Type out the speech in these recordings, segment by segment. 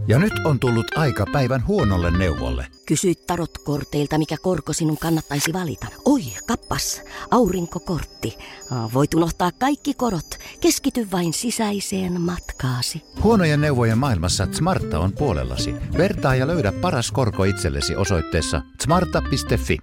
Ja nyt on tullut aika päivän huonolle neuvolle. Kysy tarotkorteilta, mikä korko sinun kannattaisi valita. Oi, kappas, aurinkokortti. Voit unohtaa kaikki korot. Keskity vain sisäiseen matkaasi. Huonojen neuvojen maailmassa Smarta on puolellasi. Vertaa ja löydä paras korko itsellesi osoitteessa smarta.fi.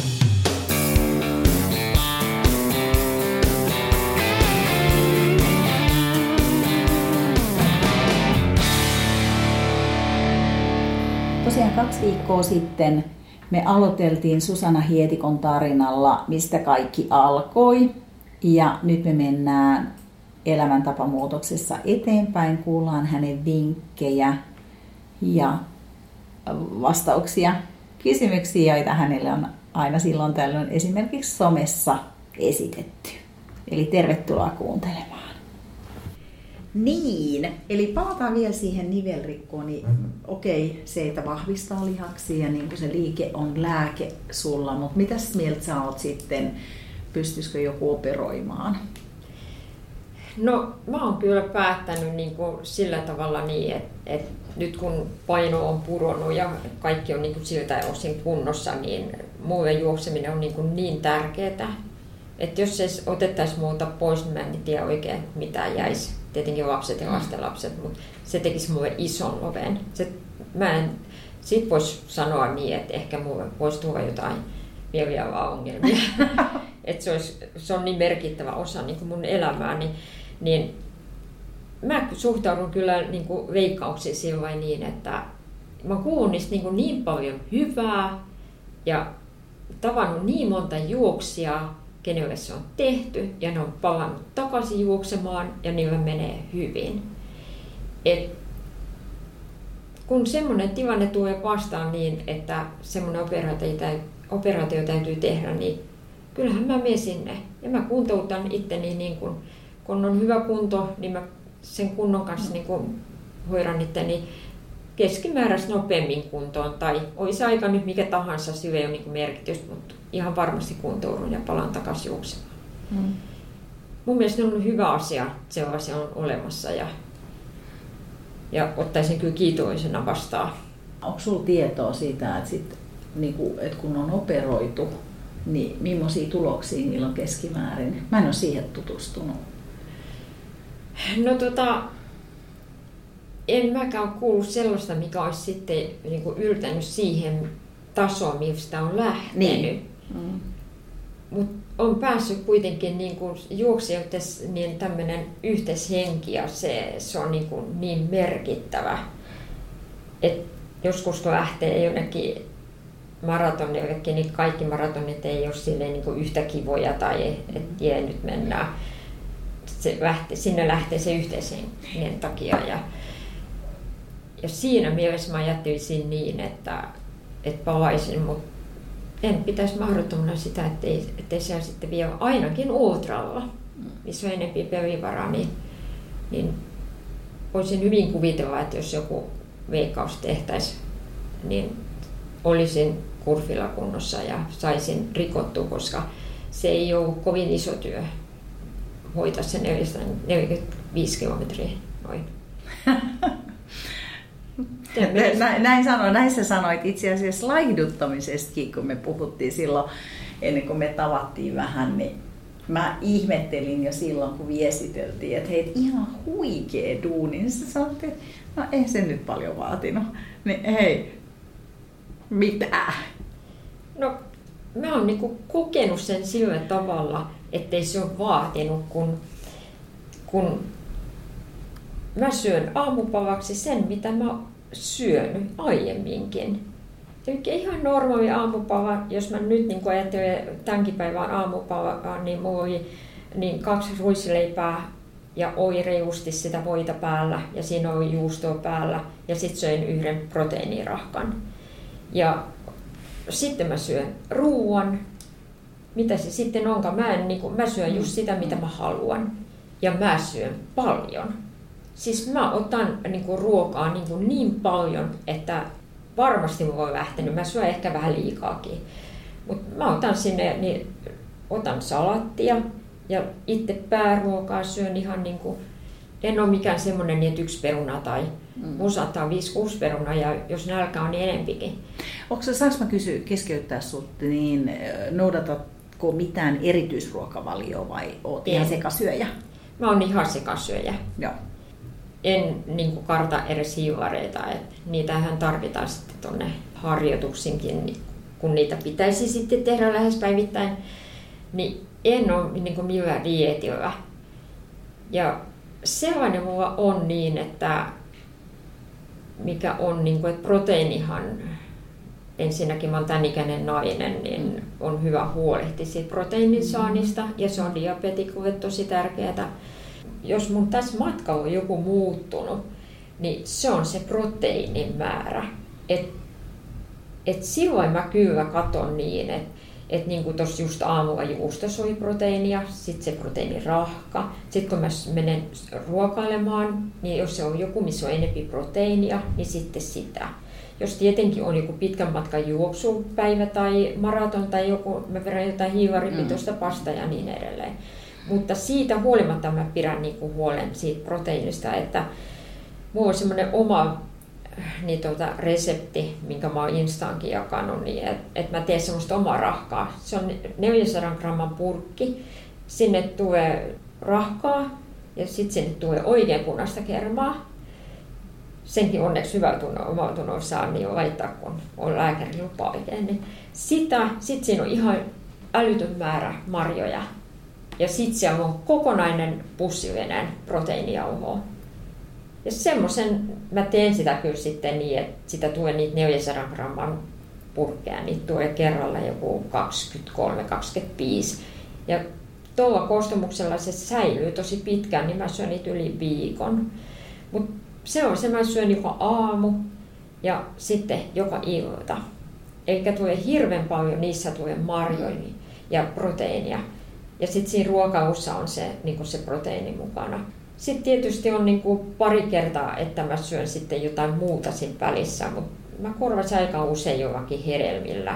Tosiaan 2 viikkoa sitten me aloiteltiin Susanna Hietikon tarinalla, mistä kaikki alkoi. Ja nyt me mennään elämäntapamuutoksessa eteenpäin. Kuullaan hänen vinkkejä ja vastauksia kysymyksiin, joita hänelle on aina silloin tällöin esimerkiksi somessa esitetty. Eli tervetuloa kuuntelemaan. Niin, eli palataan vielä siihen nivelrikkoon, niin okei, se, että vahvistaa lihaksia ja niin kuin se liike on lääke sulla, mutta mitäs mieltä sä oot sitten, pystyisikö joku operoimaan? No, mä oon kyllä päättänyt niin kuin sillä tavalla niin, että nyt kun paino on pudonnut ja kaikki on niin kuin siltä osin kunnossa, niin mulle juokseminen on niin tärkeää, että jos se otettaisiin muuta pois, niin mä en tiedä oikein mitä jäisi. Tietenkin lapset ja lastenlapset, mutta se tekisi mulle ison loven. Siitä voisi sanoa niin, että ehkä mulle voisi tulla jotain mielialaongelmia. Että se on niin merkittävä osa niin kuin mun elämää. Niin mä suhtaudun kyllä niin kuin veikkauksiin silloin niin, että mä kuulun niistä niin paljon hyvää ja tavannut niin monta juoksijaa, kenelle se on tehty, ja ne on palannut takaisin juoksemaan, ja niillä menee hyvin. Kun semmoinen tilanne tulee vastaan niin, että semmoinen operaatio täytyy tehdä, niin kyllähän mä menen sinne. Ja mä kuntoutan itteni, niin kun on hyvä kunto, niin mä sen kunnon kanssa niin hoidan itteni keskimääräistä nopeammin kuntoon. Tai olisi aika nyt mikä tahansa, sillä ei ole niin merkitystä, mutta ihan varmasti kuntoudun ja palaan takaisin juoksemaan. Mun mielestä on hyvä asia, että sellaisia on olemassa ja ottaisin kyllä kiitollisena vastaan. Onko sulla tietoa siitä, että kun on operoitu, niin millaisia tuloksia niillä on keskimäärin? Mä en ole siihen tutustunut. No en mäkään ole kuullut sellaista, mikä olisi sitten niin kuin yltänyt siihen tasoon, mistä on lähtenyt. Niin. Mutta on päässyt kuitenkin niin juoksijoiden niin tämmöinen yhteishenki ja se on niin merkittävä. Et joskus kun lähtee jonnekin maratonillekin, niin kaikki maratonit ei ole silleen niin yhtä kivoja tai että nyt mennään. Sinne lähtee se yhteishengen takia. Ja siinä mielessä mä ajattelisin niin, että palaisin, mutta en pitäisi mahdottomana sitä, ettei siellä sitten vielä ainakin ultralla, missä on enemmän pelivaraa, niin voisin hyvin kuvitella, että jos joku veikkaus tehtäisiin, niin olisin kurvilla kunnossa ja saisin rikottua, koska se ei ole kovin iso työ hoitaa se 445 kilometriä noin. Näin sä sanoit itse asiassa laihduttamisestakin, kun me puhuttiin silloin, ennen kuin me tavattiin vähän, niin mä ihmettelin jo silloin, kun viestiteltiin, että hei, ihan huikea duuni. Niin sä sanoit, että no ei se nyt paljon vaatinut. Niin hei, mitä? No mä oon kokenut sen sillä tavalla, ettei se ole vaatinut, kun mä syön aamupalaksi sen, mitä mä syönyt aiemminkin. Eli ihan normaali aamupala, jos mä nyt ajattelen tämänkin päivän aamupalaa, niin mulla oli 2 ruisleipää ja oireilusti sitä voita päällä ja siinä oli juustoa päällä ja sitten söin 1 proteiinirahkan. Ja sitten mä syön ruoan, mitä se sitten onkaan. Mä syön just sitä, mitä mä haluan ja mä syön paljon. Siis mä otan ruokaa niin paljon, että varmasti mä voin lähtenyt. Mä syön ehkä vähän liikaakin. Mutta mä otan sinne, niin otan salattia ja itse pääruokaa syön ihan en ole mikään semmoinen, että 1 peruna tai Mun saattaa 5-6 perunaa ja jos nälkä on, niin enempikin. Saanko mä keskeyttää sut, niin noudatatko mitään erityisruokavalioa vai oot ihan sekasyöjä? Mä oon ihan sekasyöjä. Joo. En niin kuin karta edes hiivareita, että niitähän tarvitaan sitten tuonne harjoituksinkin, kun niitä pitäisi sitten tehdä lähes päivittäin, niin en ole niin kuin millään dieetillä. Ja sellainen mulla on niin, että mikä on, niin kuin, että proteiinihan, ensinnäkin mä oon tämän ikäinen nainen, niin on hyvä huolehtia siitä proteiinin saannista, ja se on diabetikulle tosi tärkeää. Jos mun tässä matkalla on joku muuttunut, niin se on se proteiinin määrä. Et silloin mä kyllä katon niin, että niin kuin tuossa just aamulla juustossa oli proteiinia, sitten se proteiinirahka. Sitten kun mä menen ruokailemaan, niin jos se on joku, missä on enemmän proteiinia, niin sitten sitä. Jos tietenkin on joku pitkän matkan juoksupäivä tai maraton tai joku, mä vedän jotain hiivaripitoista pastaa ja niin edelleen. Mutta siitä huolimatta mä pidän niin kuin huolen siitä proteiinista, että mulla on semmoinen oma resepti, minkä mä oon Instaankin jakanut, niin että mä teen semmoista omaa rahkaa. Se on 400 gramman purkki, sinne tulee rahkaa ja sitten sinne tulee oikein punaista kermaa. Senkin onneksi hyvällä tunnolla saa niin laittaa, kun on lääkärin lupa oikein. Niin sitten siinä on ihan älytön määrä marjoja. Ja sitten siellä on kokonainen pussillinen proteiinijauhoa. Ja semmoisen mä teen sitä kyllä sitten niin, että sitä tulee niitä 400 gramman purkkeja. Niitä tulee kerralla joku 23-25. Ja tuolla koostumuksella se säilyy tosi pitkään, niin mä syön niitä yli viikon. Mutta se on se, mä syön joka aamu ja sitten joka ilta. Eli tulee hirveän paljon, niissä tulee marjoja ja proteiinia. Ja sitten siinä ruokailussa on se, niin se proteiini mukana. Sitten tietysti on niin pari kertaa, että mä syön sitten jotain muuta siinä välissä, mutta mä korvasin aika usein jollakin hedelmillä.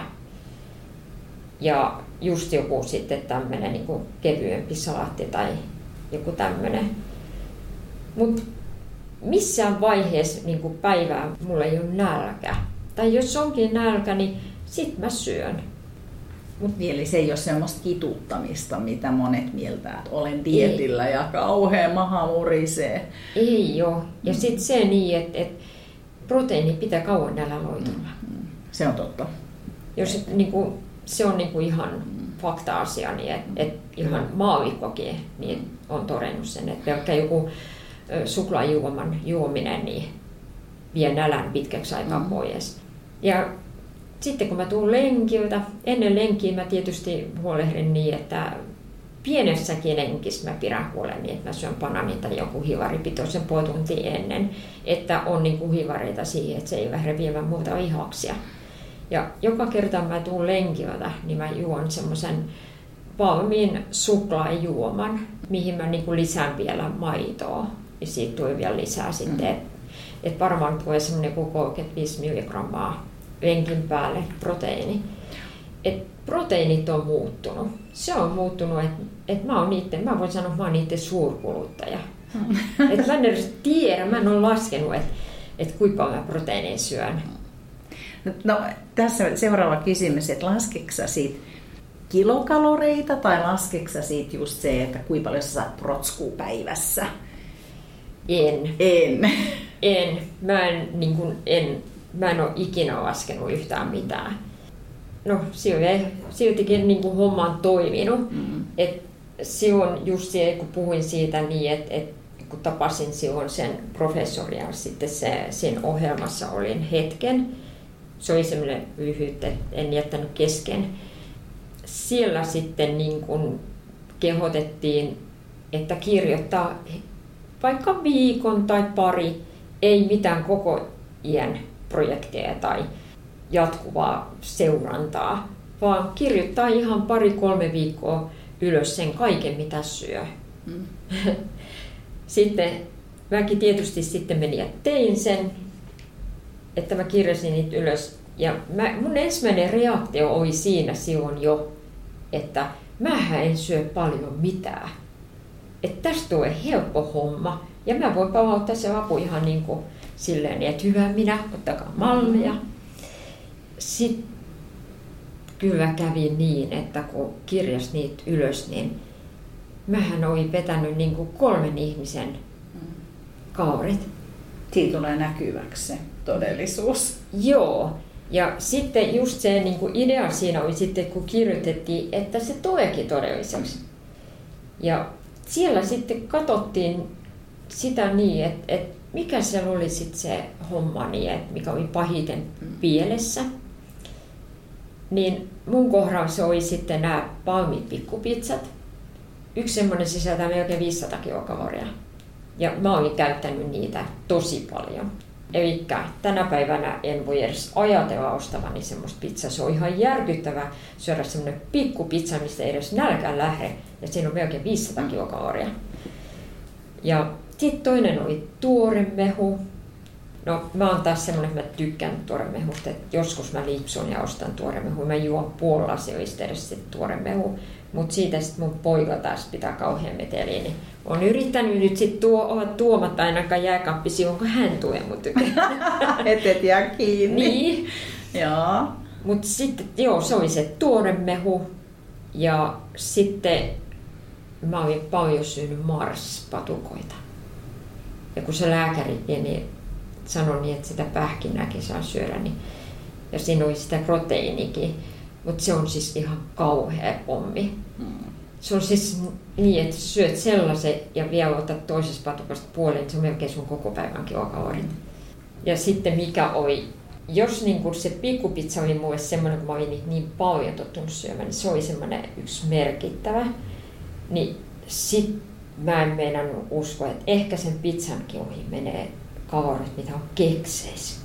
Ja just joku sitten tämmöinen niin kevyempi salaatti tai joku tämmöinen. Mutta missään vaiheessa niin päivää mulla ei ole nälkä. Tai jos onkin nälkä, niin sit mä syön. Eli se ei ole semmoista kituuttamista, mitä monet mieltää, että olen dietillä ja kauhean maha murisee. Ei ole. Ja sitten se niin, että proteiini pitää kauan näillä loitolla. Se on totta. Jos, niin kuin, se on niin kuin ihan fakta-asia, niin että ihan maalikkokin niin on todennut sen, että pelkkä joku suklaajuoman juominen niin vie nälän pitkäksi aikaa pois. Ja sitten kun mä tuun lenkiltä, ennen lenkkiä mä tietysti huolehdin niin, että pienessäkin lenkissä mä pidän huolen niin, että mä syön banaanin tai joku hiivaripitoisen puoli tuntia ennen, että on niin kuin hiivareita siihen, että se ei lähde viemään muuta lihaksia. Ja joka kerta mä tuun lenkiltä, niin mä juon semmoisen valmiin suklaajuoman, mihin mä niin kuin lisään vielä maitoa. Ja siitä tulee vielä lisää sitten, että varmaan tulee semmoinen 35 milligrammaa lenkin päälle proteiini. Et proteiinit on muuttunut. Se on muuttunut, että mä voin sanoa, että mä oon niiden suurkuluttaja. Et mä en edes tiedä, mä en ole laskenut, että kuinka paljon mä proteiinia syön. No, tässä seuraava kysymys, että laskeksä siitä kilokaloreita tai laskeksä siitä just se, että kuinka paljon sä saat protskua päivässä? En. Mä en ole ikinä laskenut yhtään mitään. No siltikin niin kuin homma on toiminut. Et silloin just se, kun puhuin siitä niin, että kun tapasin silloin sen professorin ja sitten siinä ohjelmassa olin hetken. Se oli semmoinen lyhyt, että en jättänyt kesken. Siellä sitten niin kuin kehotettiin, että kirjoittaa vaikka viikon tai pari, ei mitään koko iän projekteja tai jatkuvaa seurantaa, vaan kirjoittaa ihan 2-3 viikkoa ylös sen kaiken, mitä syö. Sitten mäkin tietysti sitten menin ja tein sen, että mä kirjasin niitä ylös. Ja mun ensimmäinen reaktio oli siinä silloin jo, että mähän en syö paljon mitään. Että tästä tulee helppo homma ja mä voin palauttaa se apu ihan niin kuin silleen, että hyvä minä, ottakaa mallia. Sitten kyllä kävi niin, että kun kirjas niitä ylös, niin mähän olin vetänyt niin kuin 3 ihmisen kaurit. Siitä tulee näkyväksi se todellisuus. Joo. Ja sitten just se niin kuin idea siinä oli sitten, kun kirjoitettiin, että se tuleekin todelliseksi. Ja siellä sitten katsottiin sitä niin, että mikä siellä oli sitten se homma niin, että mikä oli pahiten pielessä. Niin mun kohdalla se oli sitten nämä valmiit pikkupizzat. Yksi semmoinen sisältää melkein 500 kilokaloria. Ja mä olin käyttänyt niitä tosi paljon. Eli tänä päivänä en voi edes ajatella ostavani semmoista pizzaa. Se on ihan järkyttävää syödä semmoinen pikkupizza, mistä ei edes nälkään lähde. Ja siinä on melkein 500 kilokaloria. Ja sitten toinen oli tuoremehu. No mä oon taas semmoinen, että mä tykkään tuoremehusta. Joskus mä lipsun ja ostan tuoremehua. Mä juon puoli lasia edes tuoremehu. Mutta siitä sitten mun poika taas pitää kauhean meteliä. Niin on yrittänyt nyt sitten olla tuomatta ainakaan jääkaappi silloin, kun hän tulee mun tykään. Et jää kiinni. Niin. Joo. Mutta sitten se oli se tuoremehu. Ja sitten mä olin paljon syönyt Mars-patukoita. Ja kun se lääkäri niin sanoi niin, että sitä pähkinääkin saa syödä, niin, ja siinä oli sitä proteiinikin. Mutta se on siis ihan kauhea pommi. Se on siis niin, että syöt sellaisen ja vielä otat toisesta patukasta puolen, niin se on melkein sun koko päivän kilokalorit. Ja sitten mikä oli, jos niin kun se pikkupizza oli mulle semmoinen, kun mä olin niin paljon tottunut syömään, niin se oli semmoinen yksi merkittävä. Niin sit mä en meinannut uskoa, että ehkä sen pizzankin ohi menee kalorit, mitä on kekseissä.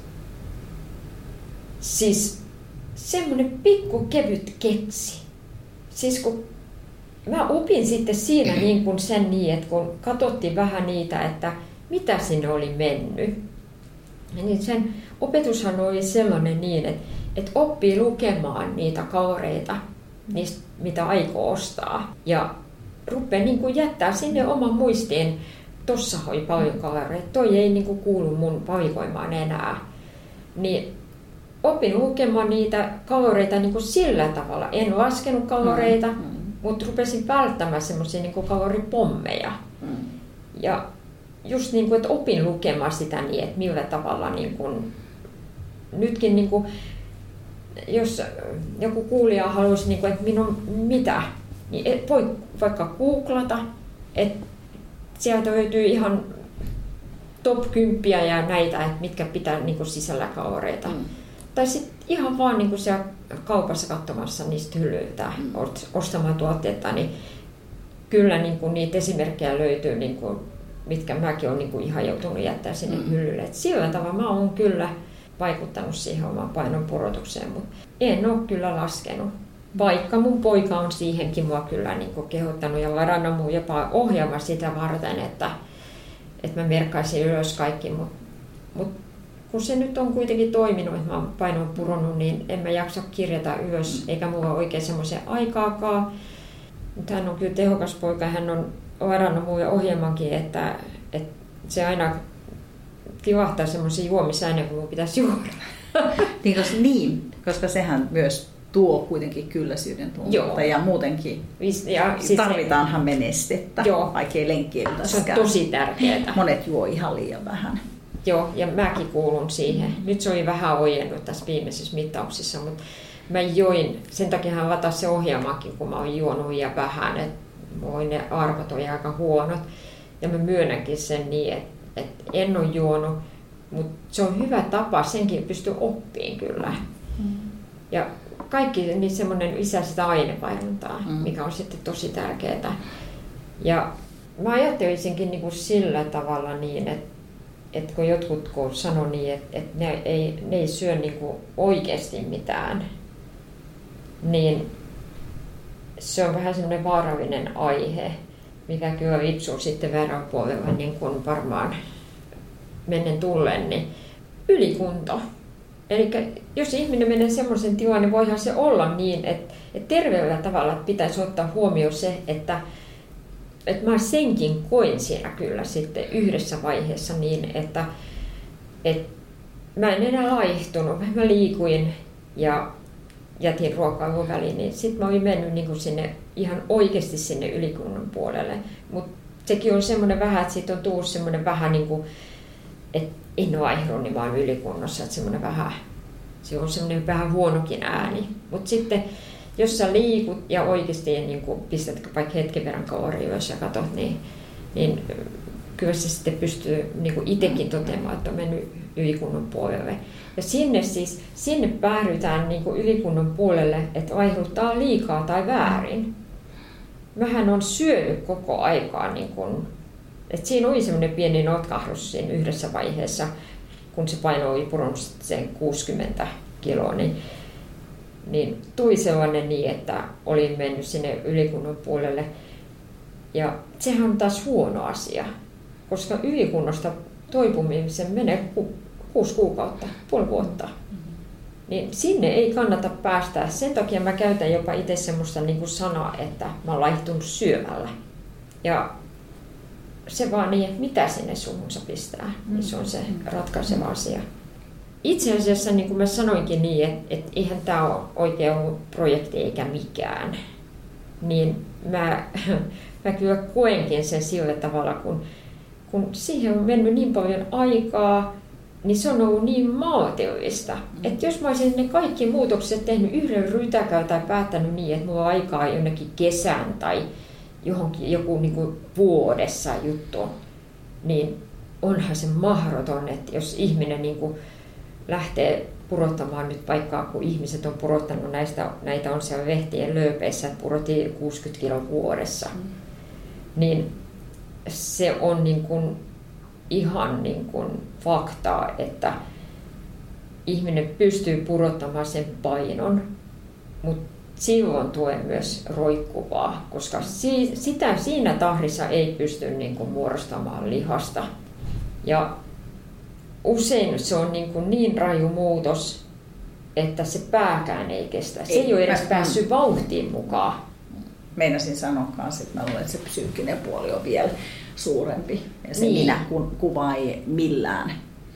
Siis semmoinen pikku kevyt keksi. Siis kun mä opin sitten siinä niin kuin sen niin, että kun katsottiin vähän niitä, että mitä sinne oli mennyt. Niin sen opetushan oli sellainen niin, että oppii lukemaan niitä kaloreita, niistä mitä aikoo ostaa. Ja rupeaa niin kuin jättää sinne oman muistiin, tossa oli paljon kaloreita, toi ei niin kuin kuulu mun valikoimaan enää. Niin opin lukemaan niitä kaloreita niin kuin sillä tavalla. En laskenut kaloreita, mutta rupesin välttämään semmoisia niin kuin kaloripommeja. Ja just niin kuin, että opin lukemaan sitä niin, että millä tavalla niin kuin, nytkin niin kuin, jos joku kuulija haluaisi, niin kuin, että minun mitä, niin voi vaikka googlata, että sieltä löytyy ihan top 10 ja näitä, että mitkä pitää niin kuin sisällä kaloreita. Tai sitten ihan vaan niin kuin siellä kaupassa katsomassa niistä hyllyiltä ostamaan tuotteita, niin kyllä niin kuin niitä esimerkkejä löytyy, niin kuin, mitkä mäkin olen niin kuin ihan joutunut jättää sinne hyllylle. Et sillä tavalla mä oon kyllä vaikuttanut siihen omaan painon pudotukseen, mutta en ole kyllä laskenut. Vaikka mun poika on siihenkin mua kyllä niin kuin kehottanut ja varannut mun jopa ohjelma sitä varten, että mä merkkaisin ylös kaikki, mutta kun se nyt on kuitenkin toiminut, että mä oon painon pudonnut, niin en mä jaksa kirjata ylös, eikä mulla ole oikein semmoisen aikaakaan. Mutta hän on kyllä tehokas poika, hän on varannut mulle ohjelmankin, että se aina kilahtaa semmoisen juomisäänen, kun mun pitäisi juoda. Koska sehän myös tuo kuitenkin kylläisyyden tunnetta ja muutenkin ja tarvitaanhan menestettä, vaikka ei lenkkiiltäskään. Se on tosi tärkeää. Monet juo ihan liian vähän. Joo, ja mäkin kuulun siihen. Nyt se oli vähän ojennut tässä viimeisissä mittauksissa, mutta mä join, sen takia hän latasi se ohjelmakin, kun mä oon juonut ja vähän, että ne arvot oli aika huonot. Ja mä myönnänkin sen niin, että en ole juonut, mutta se on hyvä tapa, senkin pystyy oppimaan kyllä. Ja kaikki niin semmoinen lisää sitä ainevaihduntaa, mikä on sitten tosi tärkeää. Ja mä ajattelisinkin niin kuin sillä tavalla niin, että kun jotkut sanoo niin, että ne ei syö niin kuin oikeasti mitään, niin se on vähän semmoinen vaarallinen aihe, mikä kyllä lipsuu sitten väärän puolella niin kuin varmaan mennen tullen, niin ylikunto. Eli jos ihminen menee semmoisen tilaan, niin voihan se olla niin, että terveellä tavalla pitäisi ottaa huomioon se, että mä senkin koin siellä kyllä sitten yhdessä vaiheessa niin, että että mä en enää laihtunut. Mä liikuin ja jätin ruokailun väliin, niin sitten mä olin mennyt niin kuin sinne, ihan oikeasti sinne ylikunnon puolelle. Mutta sekin on semmoinen vähän, että siitä on tullut semmoinen vähän niin kuin, että en vaihdu, niin mä oon ylikunnossa. Että semmoinen vähän, se on semmoinen vähän huonokin ääni. Mutta sitten jos sä liikut ja oikeasti niin kuin pistät vaikka hetken verran kaloria, jos sä katsot, niin kyllä se sitten pystyy niin kuin itsekin toteamaan, että on mennyt ylikunnon puolelle. Ja sinne päädytään niin kuin ylikunnon puolelle, että aiheuttaa liikaa tai väärin. Mähän on syönyt koko aikaa, niin kuin, että siinä oli semmoinen pieni notkahdus siinä yhdessä vaiheessa, kun se paino oli pudonnut sen 60 kiloa, niin tuli sellainen niin, että olin mennyt sinne ylikunnon puolelle. Ja sehän on taas huono asia, koska ylikunnosta toipumisen menee 6 kuukautta, puoli vuotta. Niin sinne ei kannata päästä. Sen takia mä käytän jopa itse semmoista niin kuin sanaa, että mä oon laihtunut syömällä. Ja se vaan niin, että mitä sinne suuhunsa pistää, niin se on se ratkaiseva asia. Itse asiassa, niin kuin mä sanoinkin niin, että eihän tämä ole oikein ollut projekti eikä mikään, niin mä kyllä koenkin sen sillä tavalla, kun siihen on mennyt niin paljon aikaa, niin se on ollut niin maltillista. Että jos mä olisin ne kaikki muutokset tehnyt yhden rytäkällä tai päättänyt niin, että mulla on aikaa jonnekin kesän tai johonkin joku niin kuin vuodessa juttu, niin onhan se mahdoton, että jos ihminen niin kuin lähtee purottamaan nyt paikkaa, kun ihmiset on purottanut näitä on siellä Lehtien lööpeissä, että purotti 60 kiloa vuodessa, niin se on niin kuin ihan niin kuin faktaa, että ihminen pystyy purottamaan sen painon, mutta silloin tulee myös roikkuvaa, koska siinä tahdissa ei pysty niin kuin muodostamaan lihasta. Ja usein se on niin raju muutos, että se pääkään ei kestä. Se ei ole edes päässyt vauhtiin mukaan. Meinasin sanoa kanssa, että mä luulen, että se psyykkinen puoli on vielä suurempi. Ja se minä-kuva ei millään.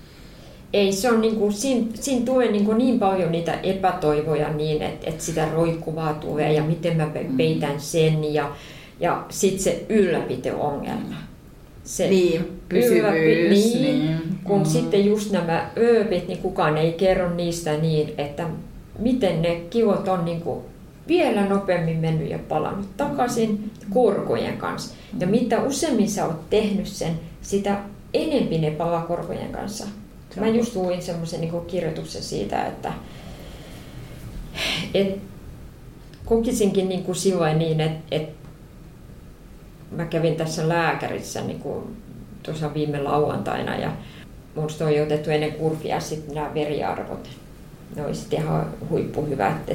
Ei, se on siinä tulee niin paljon niitä epätoivoja niin, että sitä roikkuvaa tulee ja miten mä peitän sen ja sitten se ylläpito-ongelma. Se pysyvyys. Kun sitten just nämä ööpit, niin kukaan ei kerro niistä niin, että miten ne kivot on niin kuin vielä nopeammin mennyt ja palannut takaisin korkojen kanssa. Ja mitä useammin sä oot tehnyt sen, sitä enempi ne palaa korkojen kanssa. Mä just luin semmoisen niin kuin kirjoituksen siitä, että kokisinkin niin kuin sillain niin, että mä kävin tässä lääkärissä niin kuin tuossa viime lauantaina ja musta on otettu ennen kurvia sitten nämä veriarvot. Ne oli sitten ihan huippuhyvät,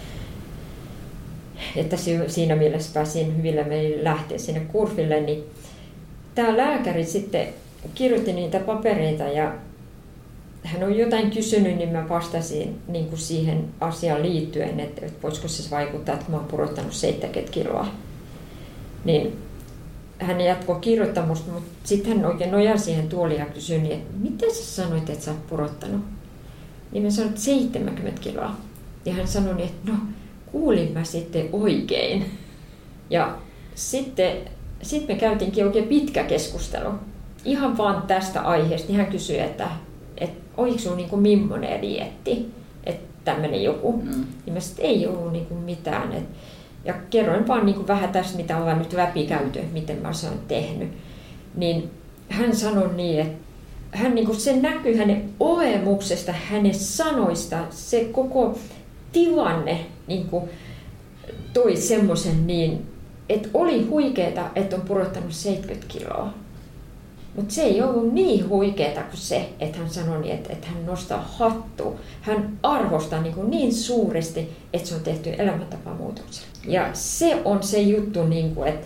että siinä mielessä pääsin hyvillä meillä lähteä sinne kurville, niin tämä lääkäri sitten kirjoitti niitä papereita ja hän on jotain kysynyt, niin mä vastasin niin kuin siihen asiaan liittyen, että voisiko se vaikuttaa, että mä oon purottanut 70 kiloa. Niin hän jatkoi kirjoittamusta, mutta sitten hän oikein nojasi siihen tuoliin ja kysyi, niin, että mitä sä sanoit, että sä oot purottanut? Niin mä sanoin, että 70 kiloa. Ja hän sanoi, että no kuulin mä sitten oikein. Ja sitten me käytiinkin oikein pitkä keskustelu. Ihan vaan tästä aiheesta. Niin hän kysyi, että oliko sinulla niin kuin millainen dieetti, että tämmöinen joku. Niin mä sitten ei ollut niin kuin mitään. Ja kerroin vaan niin kuin vähän tästä, mitä ollaan nyt läpikäyty, miten mä se olen tehnyt. Niin hän sanoi niin, että hän, niin kuin se näkyy hänen olemuksesta, hänen sanoista, se koko tilanne niin kuin toi semmoisen niin, että oli huikeeta, että on purottanut 70 kiloa. Mutta se ei ollut niin huikeeta kuin se, että hän sanoi, niin, että hän nostaa hattua. Hän arvostaa niin suuresti, että se on tehty elämäntapamuutoksella. Ja se on se juttu, niin kuin,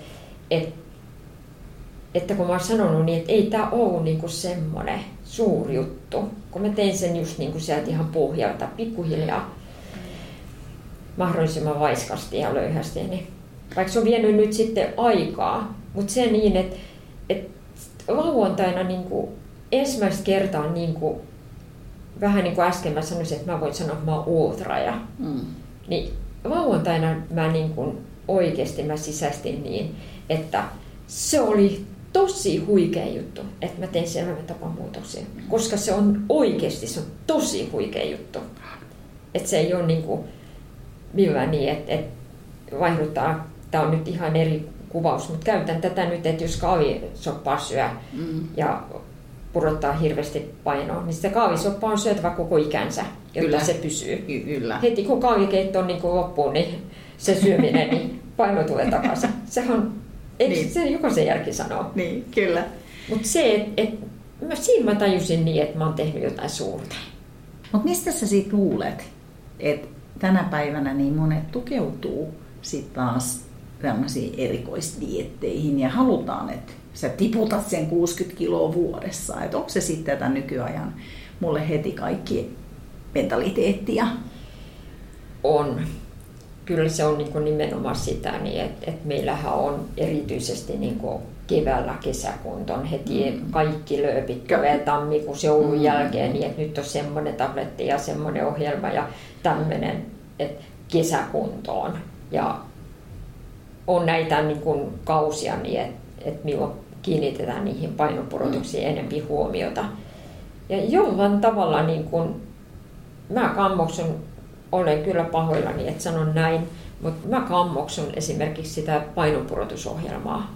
että kun mä oon sanonut, niin että ei tämä ollut niin kuin semmoinen suuri juttu. Kun mä tein sen just niin kuin sieltä ihan pohjalta, pikkuhiljaa, mahdollisimman vaiskasti ja löyhästi. Niin, vaikka se on vienyt nyt sitten aikaa, mutta se niin, että lauantaina niin kuin ensimmäistä kertaa niin kuin vähän niin kuin äsken mä sanoisin, että mä voin sanoa, että mä oon ultraja. Niin lauantaina mä niin kuin oikeasti mä sisäistin niin, että se oli tosi huikea juttu, että mä tein sen elämäntapamuutoksia. Koska se on oikeasti, se on tosi huikea juttu. Että se ei ole niin kuin millään niin, että vaihduttaa, tää on nyt ihan eri kuvaus, mutta käytän tätä nyt, että jos kaavisoppaa syö ja pudottaa hirveästi painoa, niin sitä kaavisoppaa on syötävä koko ikänsä, jotta se pysyy. Kyllä. Heti kun kaavikeitto on niin kuin loppuun, niin se syöminen, niin paino tulee takaisin. Sehän, eikö niin. Se jokaisen järki sanoo? Niin, kyllä. Mutta se, että siinä mä tajusin niin, että mä oon tehnyt jotain suurta. Mutta mistä sä siitä luulet, että tänä päivänä niin monet tukeutuu sitten taas tämmöisiin erikoisdietteihin ja halutaan, että sä tiputat sen 60 kiloa vuodessa. Että onko se sitten tätä nykyajan mulle heti kaikki mentaliteettia? On. Kyllä se on niin nimenomaan sitä, niin että meillähän on erityisesti niin keväällä kesäkunto on heti kaikki lööpit tulee tammikuussa joulun jälkeen, niin että nyt on semmoinen tabletti ja semmoinen ohjelma ja tämmöinen, että kesäkuntoon. Ja on näitä niin kuin kausia, niin että milloin kiinnitetään niihin painonpudotuksiin enemmän huomiota. Ja jollain tavalla niin kuin, mä kammoksun, olen kyllä pahoillani, että sanon näin, mutta mä kammoksun esimerkiksi sitä painonpudotusohjelmaa.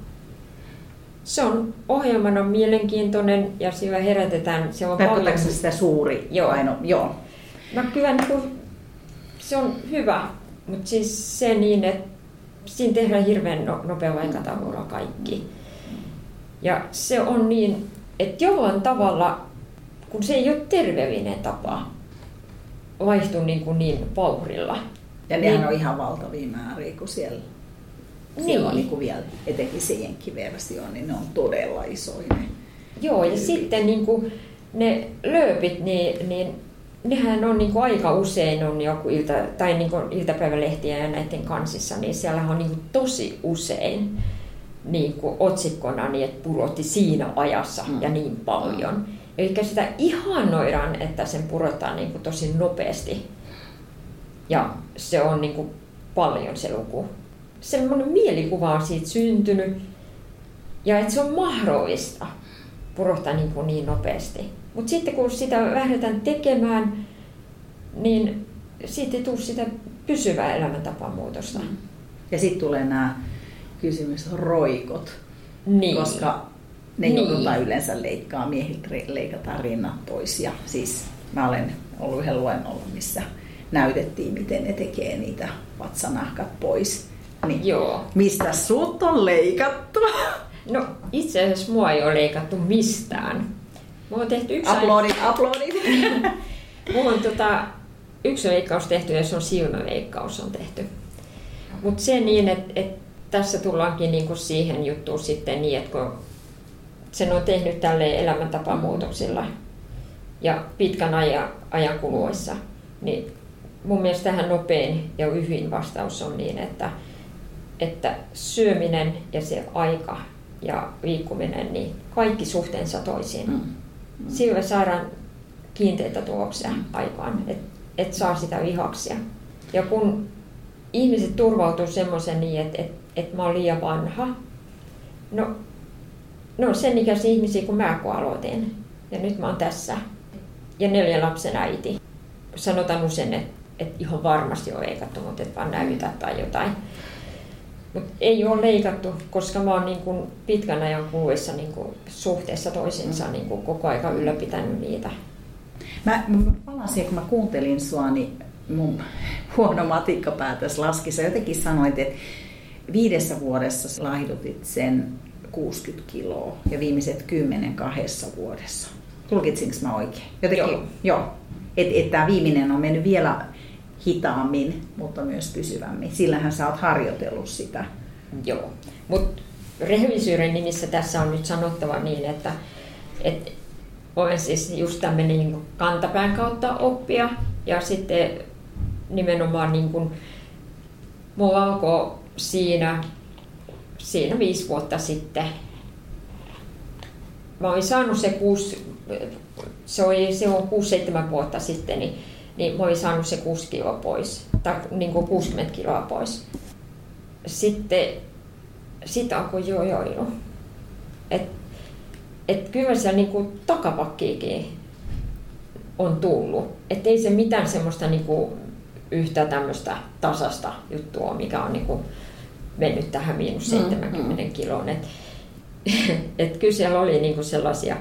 Se on ohjelmana mielenkiintoinen ja sillä herätetään. Tarkoitatko sitä suuri paino? Joo. Mä kyllä, se on hyvä, mutta siis se niin, että siinä tehdään hirveän nopealla aikataululla kaikki. Ja se on niin, että jollain tavalla, kun se ei ole terveellinen tapa, vaihtuu niin vauhdilla. Ja nehän on ihan valtavia määriä, kun siellä on niin kuin vielä etenkin se jenkkiversio, niin ne on todella isoja. Joo, ja sitten niin kuin ne lööpit, niin nehän on niin kuin aika usein on joku tai niin kuin iltapäivälehtiä ja näiden kansissa, niin siellä on niin kuin tosi usein niin kuin otsikkona, niin että purotti siinä ajassa ja niin paljon. Eli sitä ihannoidaan, että sen purottaa niin kuin tosi nopeasti. Ja se on niin kuin paljon se luku. Semmoinen mielikuva on siitä syntynyt. Ja että se on mahdollista purottaa niin nopeasti. Mutta sitten kun sitä lähdetään tekemään, niin siitä ei tule sitä pysyvää elämäntapamuutosta. Ja sitten tulee nämä kysymysroikot. Niin. Koska ne joudutaan yleensä leikkaa, miehiltä leikataan rinnat pois. Ja siis mä olen ollut yhden luennolla, missä näytettiin, miten ne tekee niitä vatsanahkat pois. Niin. Joo. Mistä sut on leikattu? No itse asiassa mua ei ole leikattu mistään. Mulla on tehty Aplodit. Mulla on yksi leikkaus tehty ja se on silmäleikkaus on tehty. Mutta se niin, että tässä tullaankin niinku siihen juttuun sitten niin, että kun sen on tehnyt tälle elämäntapamuutoksilla ja pitkän ajan kuluessa, niin mun mielestä tähän nopein ja lyhyin vastaus on niin, että syöminen ja se aika ja liikkuminen, niin kaikki suhteensa toisiin. Sillä saadaan kiinteitä tuloksia aikaan, että saa sitä lihaksia. Ja kun ihmiset turvautuu semmoisen niin, että mä oon liian vanha, no sen ikäisiä ihmisiä kuin mä kun aloitin. Ja nyt mä oon tässä. Ja 4 lapsen äiti. Sanotaan usein, että ihan varmasti on leikattu, mutta et vaan näytä tai jotain. Mutta ei ole leikattu, koska mä oon niin kun pitkän ajan kuluessa niin kun suhteessa toisiinsa niin kun koko aika ylläpitänyt niitä. Mä palasin, kun mä kuuntelin sua, niin mun huono matikkapäätös laski. Sä jotenkin sanoit, että 5 vuodessa laihdutit sen 60 kiloa ja viimeiset 10 2 vuodessa. Tulkitsinko mä oikein? Jotenkin, joo. Että tämä viimeinen on mennyt vielä hitaammin, mutta myös pysyvämmin. Sillähän sä oot harjoitellut sitä. Joo, mutta rehellisyyden nimissä tässä on nyt sanottava niin, että olen siis just tämmöinen niin kantapään kautta oppia ja sitten nimenomaan niin kuin mulla alkoi siinä 5 vuotta sitten. Mä olin saanut se se on 6-7 vuotta sitten, niin mä olin saanut se 6 kiloa pois, tai niin kuin 60 kiloa pois. Sitten alkoi jojoilu. Et kyllä se niin kuin takapakkiikin on tullut. Et ei se mitään semmoista niin kuin yhtä tämmöistä tasasta juttua, mikä on niin kuin mennyt tähän miinus 70 kiloon. Et kyllä siellä oli niin kuin sellaisia,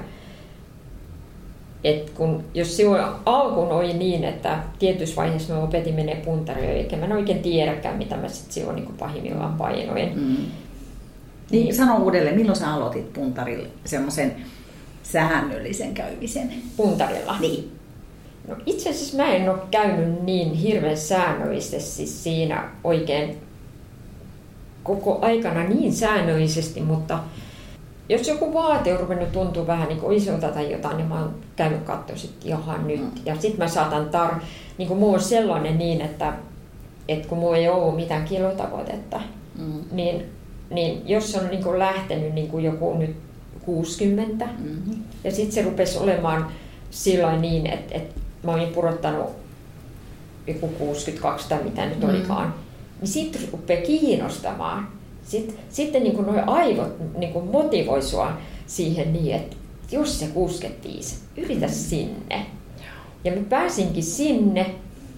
että jos silloin alkuun oli niin, että tietyssä vaiheessa mä opetin menee puntarille, eikä mä en oikein tiedäkään, mitä mä sitten silloin niin kuin pahimmillaan painoin. Niin, sano uudelleen, milloin sä aloitit puntarille semmoisen säännöllisen käymisen? Puntarilla? Niin. No itse asiassa mä en ole käynyt niin hirveän säännöllisesti siinä oikein koko aikana niin säännöllisesti, mutta jos joku vaate on ruvennut tuntua vähän niin kuin isolta tai jotain, niin mä oon käynyt katsoa sitten jaha nyt. Ja sitten mä saatan niin kuin mulla on sellainen niin, että kun mulla ei ollut mitään kilotavoitetta, niin jos on niin kuin lähtenyt niin kuin joku nyt 60, ja sitten se rupesi olemaan sillä niin, että mä olin pudottanut joku 62 tai mitä nyt olikaan, niin sitten rupeaa kiinnostamaan. Sitten niin kuin nuo aivot niin kuin motivoi sua siihen niin, että jos se 65, yritä sinne. Ja mä pääsinkin sinne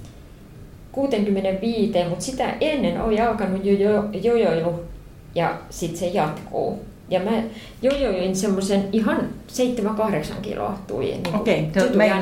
65, mutta sitä ennen oli alkanut jojoilu ja sitten se jatkuu. Ja mä jojoilin semmoisen ihan 7-8 kiloa tuli. Niin okei, aina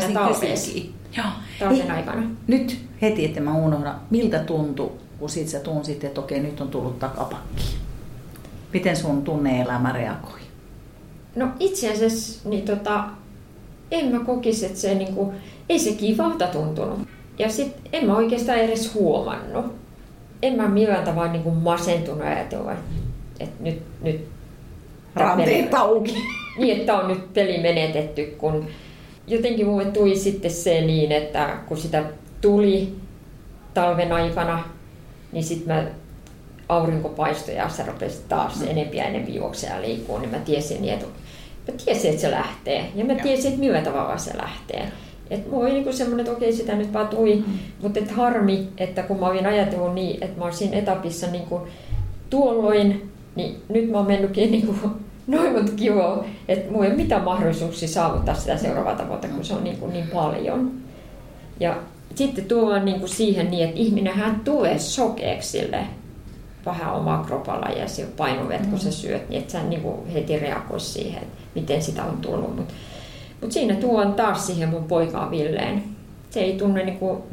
talven aikana. Nyt heti, että mä unohdan, miltä tuntui, kun sit sä tunsit, että okei, nyt on tullut takapakki. Miten sun tunne-elämä reagoi? No itse asiassa niin en mä kokisi, että se niinku, ei se kivalta tuntunut. Ja sit en mä oikeastaan edes huomannut. En mä millään tavalla niinku masentunut ajatella, että nyt ranteet auki. Niin, että on nyt peli menetetty, kun jotenkin mulle tuli sitten se niin, että kun sitä tuli talven aikana, niin sitten mä aurinko paistoi ja se rupesi taas enempi ja enempi juoksemaan ja liikkuu, niin mä tiesin, että se lähtee. Ja mä tiesin, että millä tavalla se lähtee. Että mulla oli niin semmoinen, että okei, sitä nyt vaan tuli, mutta et harmi, että kun mä olin ajatellut niin, että mä olin siinä etapissa niin kuin tuolloin, niin nyt mä oon mennytkin niin kuin noin monta kiloa, että mulla ei ole mitään mahdollisuuksia saavuttaa sitä seuraavaa tavoitetta, kun se on niin paljon. Ja sitten tullaan niin kuin siihen niin, että ihminenhän tulee sokeeksi sille vähän omaa kropalla ja se painovet, kun sä syöt, niin että sä niin kuin heti reagoisi siihen, että miten sitä on tullut. Mutta siinä tuon taas siihen mun poikaan Villeen. Se ei tunne niin kuin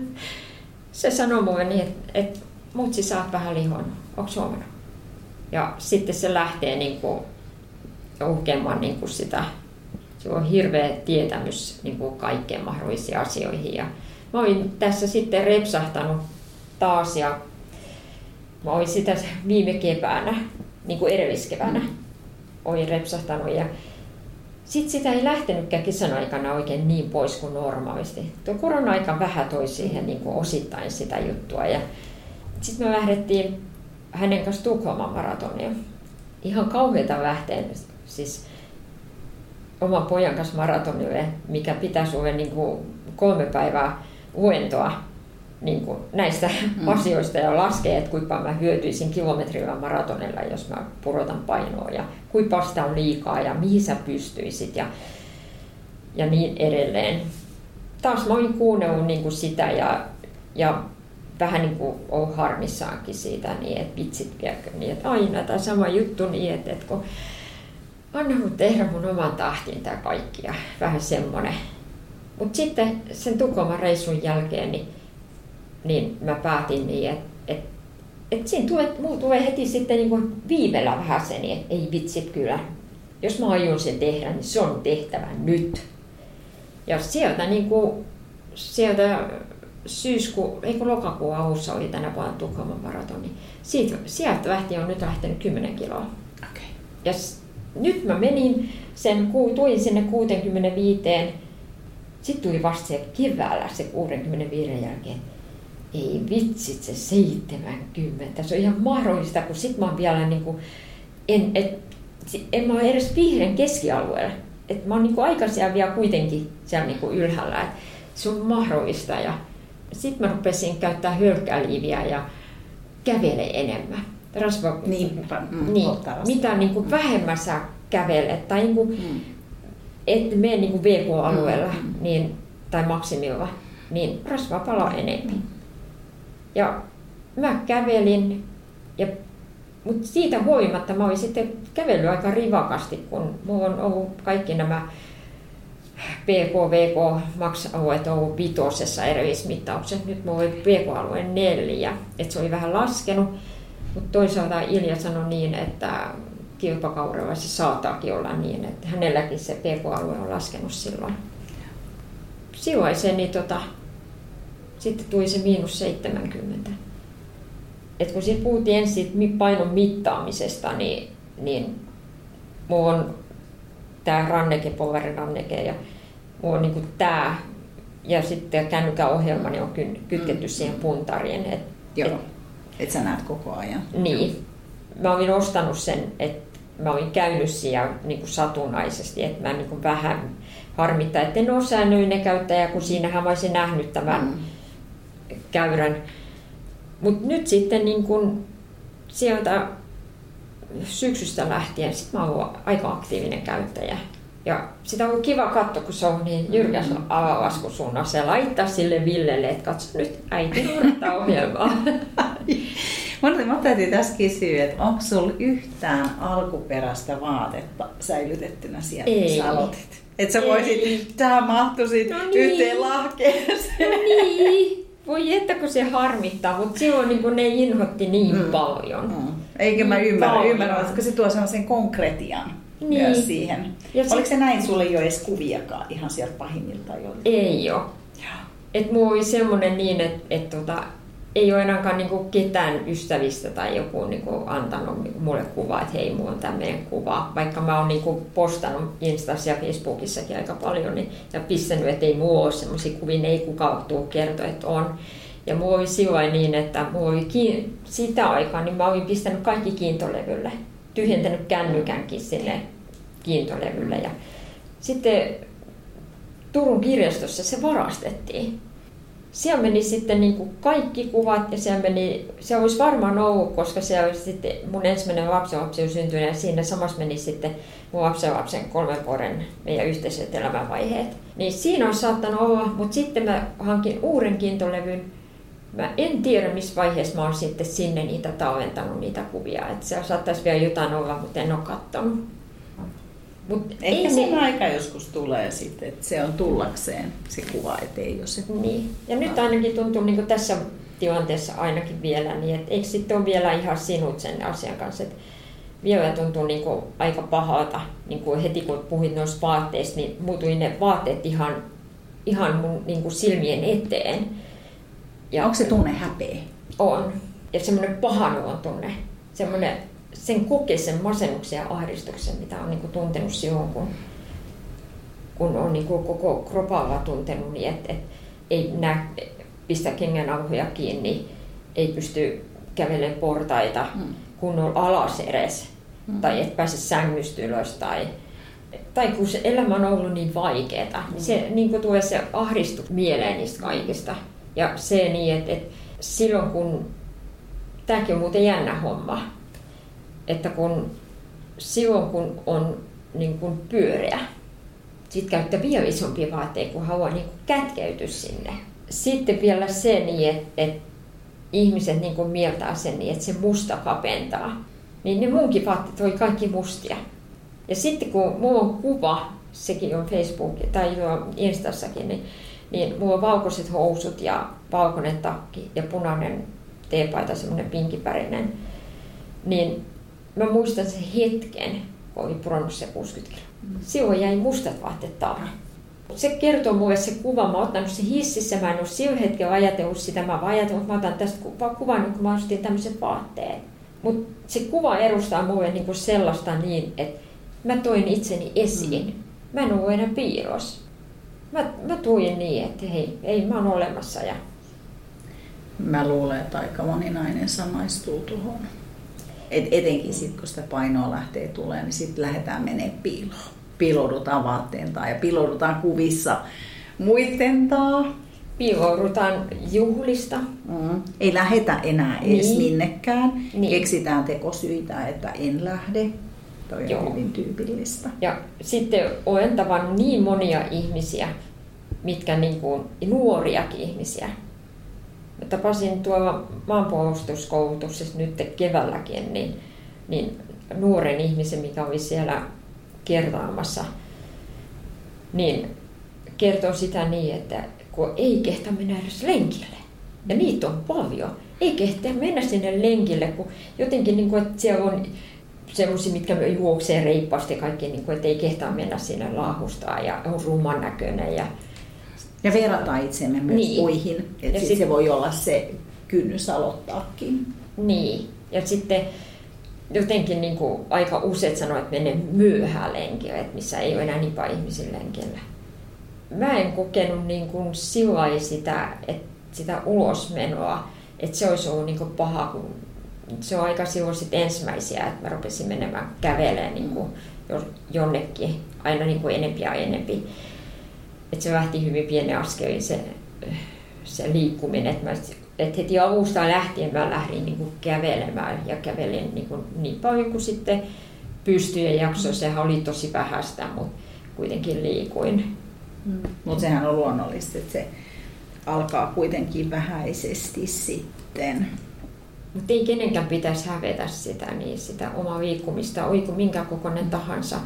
se sanoo mulle niin, että mutsi saat vähän lihon, onko huomannut? Ja sitten se lähtee niin kuin uhkeamaan niin kuin sitä. Se on hirveä tietämys niin kuin kaikkeen mahdollisiin asioihin. Ja mä olin tässä sitten repsahtanut taas ja mä olin sitä viime keväänä, niin kuin edelliskeväänä, olin repsahtanut ja sitten sitä ei lähtenytkään kesän aikana oikein niin pois kuin normaalisti. Tuo korona-aika vähän toi siihen niin kuin osittain sitä juttua ja sitten me lähdettiin hänen kanssa Tukholman maratonia. Ihan kauheata lähteä siis oman pojan kanssa maratonille, mikä pitää sulle niin kuin 3 päivää luentoa niin kuin näistä asioista ja laskee, että kuinka mä hyötyisin kilometrillä maratonilla, jos mä pudotan painoa ja kuinka pasta on liikaa ja mihin sä pystyisit ja niin edelleen. Taas mä olin kuunnellut niin kuin sitä ja vähän niin kuin olen harmissaankin siitä, niin että vitsit viekö, niin että aina tämä sama juttu, niin että kun anna mun tehdä mun oman tahtiin tämä kaikki ja vähän semmoinen. Mutta sitten sen Tukholman reissun jälkeen, niin mä päätin niin, että siinä mulla tulee heti sitten niin kuin viivellä vähän se, niin että ei vitsit kyllä. Jos mä aion sen tehdä, niin se on tehtävä nyt. Ja sieltä lokakuun alussa oli tänä vuonna Tukholman maratoni. Sieltä lähtien on nyt lähtenyt 10 kiloa. Okay. Ja nyt mä menin tulin sinne 65. Sitten tuli vasta se keväällä se 65 jälkeen. Ei vitsit se 70. Se on ihan mahdollista, kun sit mä oon vielä niinku, en mä ole edes vihreän keskialueella. että mä oon niin kuin aika siellä vielä kuitenkin siellä niin kuin ylhäällä, että se on mahdollista. Ja sitten mä rupesin käyttää hölkkäliiviä ja kävelee enemmän. Mitä niin kuin vähemmän sä kävelet tai niin kuin, et mene niin kuin VK-alueella niin, tai maksimilla, niin rasvaa palaa enemmän. Ja mä kävelin, mutta siitä huolimatta mä olin sitten kävellyt aika rivakasti, kun mulla on ollut kaikki nämä VK-max-alueet ollut 5 erillismittaukset. Nyt mulla oli VK-alue 4, että se oli vähän laskenut, mutta toisaalta Ilja sanoi niin, että kilpakaudella se saataakin olla niin, että hänelläkin se VK-alue on laskenut silloin. Silloin se, niin sitten tuli se -70. Et kun siitä puhuttiin ensin painon mittaamisesta, niin mulla on tämä ranneke, polveriranneke ja mulla on niinku tämä ja sitten kännykäohjelmani on kytketty siihen puntariin. Et sä näet koko ajan. Niin. Mä olin ostanut sen, että mä olin käynyt siellä niinku satunnaisesti, että mä niinku vähän harmittaa, että en ole säännöllinen käyttäjä, kun siinähän mä olisin nähnyt tämän käyrän. Mutta nyt sitten niin kun sieltä syksystä lähtien sit mä oon ollut aika aktiivinen käyttäjä. Ja sitä on ollut kiva katsoa, kun se on niin jyrkässä alalaskusuunnassa ja laittaa sille Villelle, että katso nyt äiti noudattaa ohjelmaa. Mä täytyy tässä kysyä, että onko sulla yhtään alkuperäistä vaatetta säilytettynä sieltä, kun sä aloitit? Että sä voisit, tähän mahtuisit yhteen lahkeeseen. No niin. Voi että kun se harmittaa, mutta silloin niin ne inhotti niin paljon. Eikä mä ymmärrä, että se tuo sellaisen konkretian myös siihen. Ja oliko se näin, sulla ei ole edes kuviakaan ihan sieltä pahimmiltaan? Ei ole. Et mulla oli semmoinen niin, että ei ole ainakaan niinku ketään ystävistä tai joku niinku antanut mulle kuvaa, että hei, mulla on tämmöinen kuva. Vaikka mä oon niinku postannut Instassa ja Facebookissakin aika paljon ja pistänyt, että ei mulla ole semmoisia kuvia, ei kukaan tule kertoa, että on. Ja mulla oli silloin niin, että mulla oli sitä aikaa, niin mä olin pistänyt kaikki kiintolevylle. Tyhjentänyt kännykänkin sinne kiintolevylle. Ja sitten Turun kirjastossa se varastettiin. Siellä meni sitten niin kuin kaikki kuvat ja se olisi varmaan ollut, koska se olisi sitten mun ensimmäinen lapsenlapsi on syntynyt ja siinä samassa meni sitten mun lapsenlapsen 3 vuoden meidän yhteiset elämänvaiheet. Niin siinä on saattanut olla, mutta sitten mä hankin uuden kiintolevyn. Mä en tiedä, missä vaiheessa mä oon sitten sinne niitä tallentanut niitä kuvia. Että siellä saattaisi vielä jotain olla, mutta en ole katsonut. Ehkä sen aika joskus tulee sitten, että se on tullakseen se kuva eteen, jos se... Niin. Ja nyt ainakin tuntuu niin kuin tässä tilanteessa ainakin vielä, niin että eikö sitten ole vielä ihan sinut sen asian kanssa, että vielä tuntuu niin kuin aika pahalta, niin kuin heti kun puhuit noista vaatteista, niin muutui ne vaatteet ihan mun niin kuin silmien eteen. Ja onko se tunne häpeä? On. Ja semmoinen pahanolon tunne. Sen kokee sen masennuksen ja ahdistuksen, mitä on niinku tuntenut silloin, kun on niinku koko kropalla tuntenut, niin että ei pistä kengänauhoja kiinni, ei pysty kävelemään portaita kunnolla alas edes, tai et pääse sängystä ylös, tai kun se elämä on ollut niin vaikeaa, niin se niinku tulee se ahdistus mieleen niistä kaikista. Ja se niin, että silloin kun, tämäkin on muuten jännä homma, että silloin kun on niin kuin pyöreä, sitten käyttää vielä isompia vaatteita, kun haluaa niin kuin kätkeytyä sinne. Sitten vielä se niin, että ihmiset niin kuin mieltää sen niin, että se musta kapentaa. Niin ne munkin vaatteet oli kaikki mustia. Ja sitten kun mulla on kuva, sekin on Facebook tai Instassakin, niin mulla on valkoiset housut ja valkoinen takki ja punainen teepaita, semmoinen pinkipärinen. Niin mä muistan sen hetken, kun oli pudonnut se 60 kiloa. Silloin jäi mustat vaatteet taalle. Se kertoo mulle se kuva, mä oon ottanut se hississä, mä en ole sillä hetkellä ajatellut sitä, mä oon ajatellut, että mä otan tästä kuvan, kun mä ostin tämmöiset vaatteet. Mutta se kuva edustaa mulle niinku sellaista niin, että mä toin itseni esiin. Mä en ollut enää piiros. Mä tuin niin, että hei, ei mä oon olemassa. Ja... Mä luulen, että aika moni nainen samaistuu tuohon. Etenkin sitten, kun sitä painoa lähtee tulemaan, niin sitten lähdetään menemään piiloon. piiloudutaan vaatteen taa ja piiloudutaan kuvissa muiden taa. Piiloudutaan juhlista. Ei lähetä enää edes minnekään. Niin. Keksitään tekosyitä, että en lähde. Toi on hyvin tyypillistä. Ja sitten olen tavannut niin monia ihmisiä, mitkä niin kuin nuoriakin ihmisiä. Mä tapasin tuolla maanpuolustuskoulutuksessa nyt keväälläkin niin nuoren ihmisen, mikä oli siellä kertaamassa, niin kertoo sitä niin, että kun ei kehtaa mennä edes lenkille. Ja niitä on paljon. Ei kehtaa mennä sinne lenkille, kun jotenkin, niin kuin, että siellä on sellaisia, mitkä juoksee reippaasti kaikki, niin kuin, että ei kehtaa mennä sinne laahustaan ja on rumman näköinen. Ja verrataan itsemme myös muihin, että se voi olla se kynnys aloittaakin. Niin, ja sitten jotenkin niin kuin aika useat sanoo, että menee myöhään lenkille, että missä ei ole enää niin paljon ihmisiä lenkillä. Mä en kokenut niin kuin sillä sitä ulosmenoa, että se olisi ollut niin kuin paha, kun se on aika silloin sit ensimmäisiä, että mä rupesin menemään kävelemään niin kuin jonnekin, aina niin kuin enempi ja enempi. Että se lähti hyvin pienen askelin se liikkuminen. Että heti alusta lähtien mä lähdin niin kuin kävelemään ja kävelin niin paljon kuin sitten pystyin ja jaksoin. Sehän oli tosi vähäistä, mutta kuitenkin liikuin. Mutta sehän on luonnollista, että se alkaa kuitenkin vähäisesti sitten. Mutta ei kenenkään pitäisi hävetä sitä omaa liikkumista, oliko minkä kokoinen tahansa.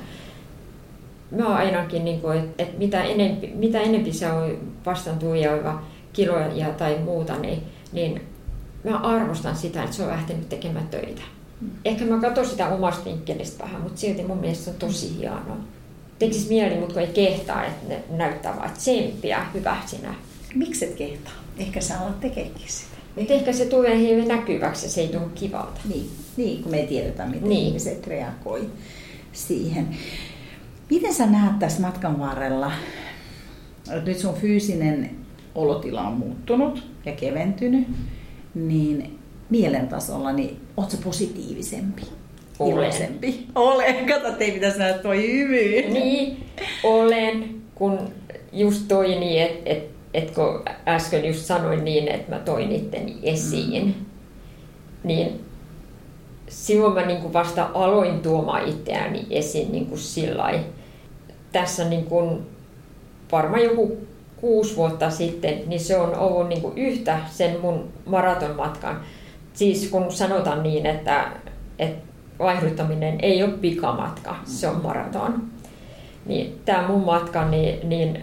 Mä ainakin, että mitä enempi se on vastaan tulijaa kiloja tai muuta, niin mä arvostan sitä, että se on lähtenyt tekemään töitä. Ehkä mä katson sitä omasta vinkkelistä vähän, mutta silti mun mielestä se on tosi hienoa. Tekisi mieli, mutta ei kehtaa, että ne näyttää vaan tsemppiä, hyvä sinä. Miksi et kehtaa? Ehkä sä alat tekeekin sitä. Ehkä se tulee heille näkyväksi ja se ei tunnu kivalta. Niin, kun me ei tiedetä, miten ihmiset reagoi siihen. Miten sä näet tässä matkan varrella, että nyt sun fyysinen olotila on muuttunut ja keventynyt, niin mielen tasolla, niin oot sä positiivisempi? Iloisempi? Olen. Kato, ei pitäisi nähdä toi hymy. Niin, olen, kun just toi niin, että kun äsken just sanoin niin, että mä toin itteni esiin, niin silloin mä niin kuin vasta aloin tuomaan itseäni esiin niin kuin sillai. Tässä niin kuin varmaan joku 6 vuotta sitten, niin se on ollut niin kuin yhtä sen mun maratonmatkan. Siis kun sanotaan niin, että vaihduttaminen ei ole pikamatka, se on maraton. Niin tämä mun matka, niin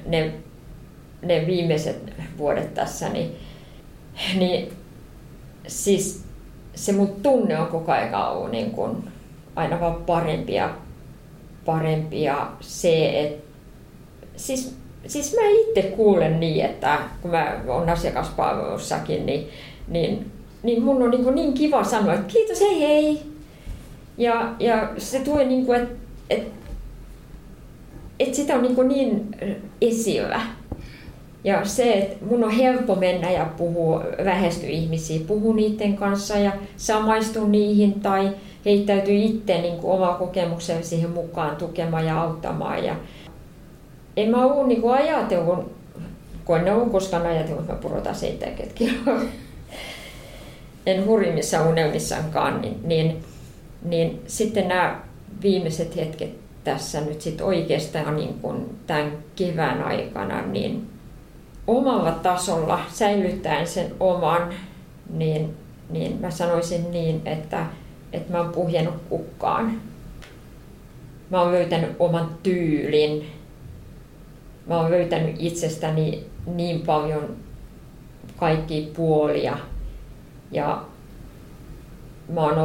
ne viimeiset vuodet tässä, niin siis se mun tunne on koko ajan ollut niin kuin aina vaan parempia se, että siis mä itse kuulen niin, että kun mä oon asiakaspalvelussakin, niin mun on niin kiva sanoa, että kiitos, hei. Ja se tulee niin kuin, että sitä on niin esillä. Ja se, että mun on helppo mennä ja lähestyä ihmisiä, puhua niiden kanssa ja samaistua niihin tai heittäytyy itse niin kuin omaa kokemuksen siihen mukaan tukemaan ja auttamaan. Ja en mä ole niin kuin ajatellut, kun en ole koskaan ajatellut, että mä pudotan 70 kiloa. En hurjimmissa unelmissaankaan, niin sitten nämä viimeiset hetket tässä nyt sit oikeastaan niin kuin tämän kevään aikana, niin omalla tasolla säilyttäen sen oman, niin mä sanoisin niin, että mä oon puhjennut kukkaan. Mä oon löytänyt oman tyylin. Mä oon löytänyt itsestäni niin paljon kaikkia puolia. Ja mä oon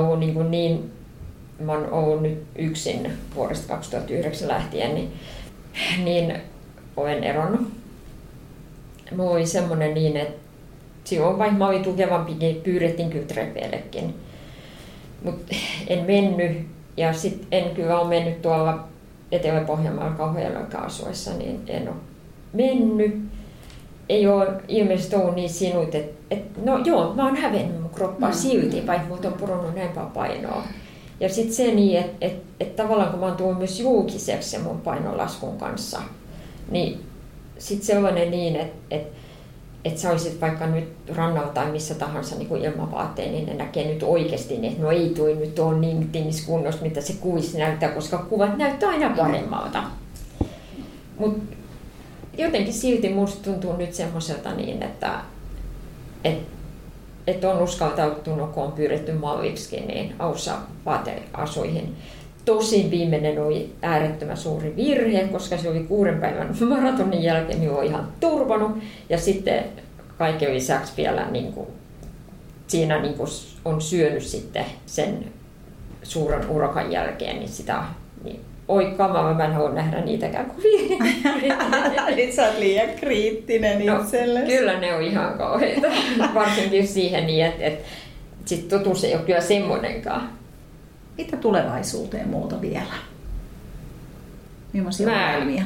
ollut nyt yksin vuodesta 2009 lähtien, niin olen eronnut. Mulla oli semmoinen niin, että silloin vaikka mä olin tukevampi, niin pyydettiin kyllä trefeillekin. Mutta en mennyt ja sit en kyllä ole mennyt tuolla Etelä-Pohjanmaalla Kauhajoellakaan asuessa, niin en ole mennyt. Ei ole ilmeisesti ollut niin sinut, että no joo, mä oon hävennyt mun kroppaa silti, vaikka mut on pudonnut näin paljon painoa. Ja sitten se niin, että tavallaan kun mä oon tullut myös julkiseksi sen mun painonlaskun kanssa, niin sitten sellainen niin, että sä olisit vaikka nyt rannalla tai missä tahansa niin kuin ilmavaatteen, niin ne näkee nyt oikeasti, niin että no ei toi nyt ole niin tiivis kunnossa, mitä se kuvissa näyttää, koska kuvat näyttää aina paremmalta. Mutta jotenkin silti musta tuntuu nyt semmoiselta niin, että on uskaltautunut, kun on pyydetty malliksi, niin aussa vaateasuihin. Tosin viimeinen oli äärettömän suuri virhe, koska se oli 6 päivän maratonin jälkeen, niin oli ihan turvannut. Ja sitten kaiken lisäksi vielä niin kuin, siinä niin kuin on syönyt sitten sen suuren urakan jälkeen, niin sitä niin, oi kamala, mä en halua nähdä niitäkään kuvia. Nyt sä oot liian kriittinen itsellesi. Kyllä ne on ihan kauheita, varsinkin siihen niin, että sit totuus ei ole kyllä semmoinenkaan. Mitä tulevaisuuteen muuta vielä? Millaisia maailmia?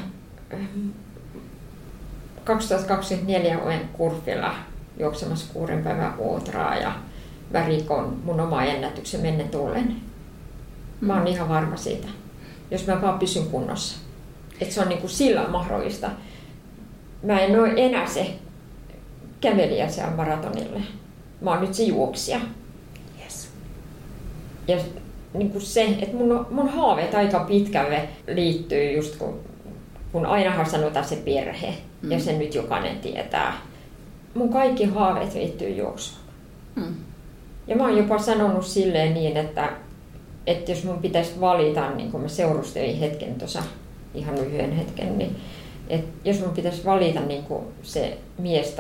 2024 olen Kurvilla juoksemassa 6 päivän ultraa ja värikon mun oma ennätyksen menneen tullen. Mä oon ihan varma siitä, jos mä vaan pysyn kunnossa. Että se on niinku sillä mahdollista. Mä en ole enää se kävelijä siellä maratonille. Mä oon nyt se juoksija. Yes. Ja niin kuin se, että mun haaveet aika pitkälle liittyy just kun ainahan sanotaan se perhe, ja sen nyt jokainen tietää. Mun kaikki haaveet liittyy juoksuun. Ja mä oon jopa sanonut silleen niin, että jos mun pitäisi valita, niin kun mä seurustelin hetken tuossa, ihan lyhyen hetken, niin että jos mun pitäisi valita niin kuin se mies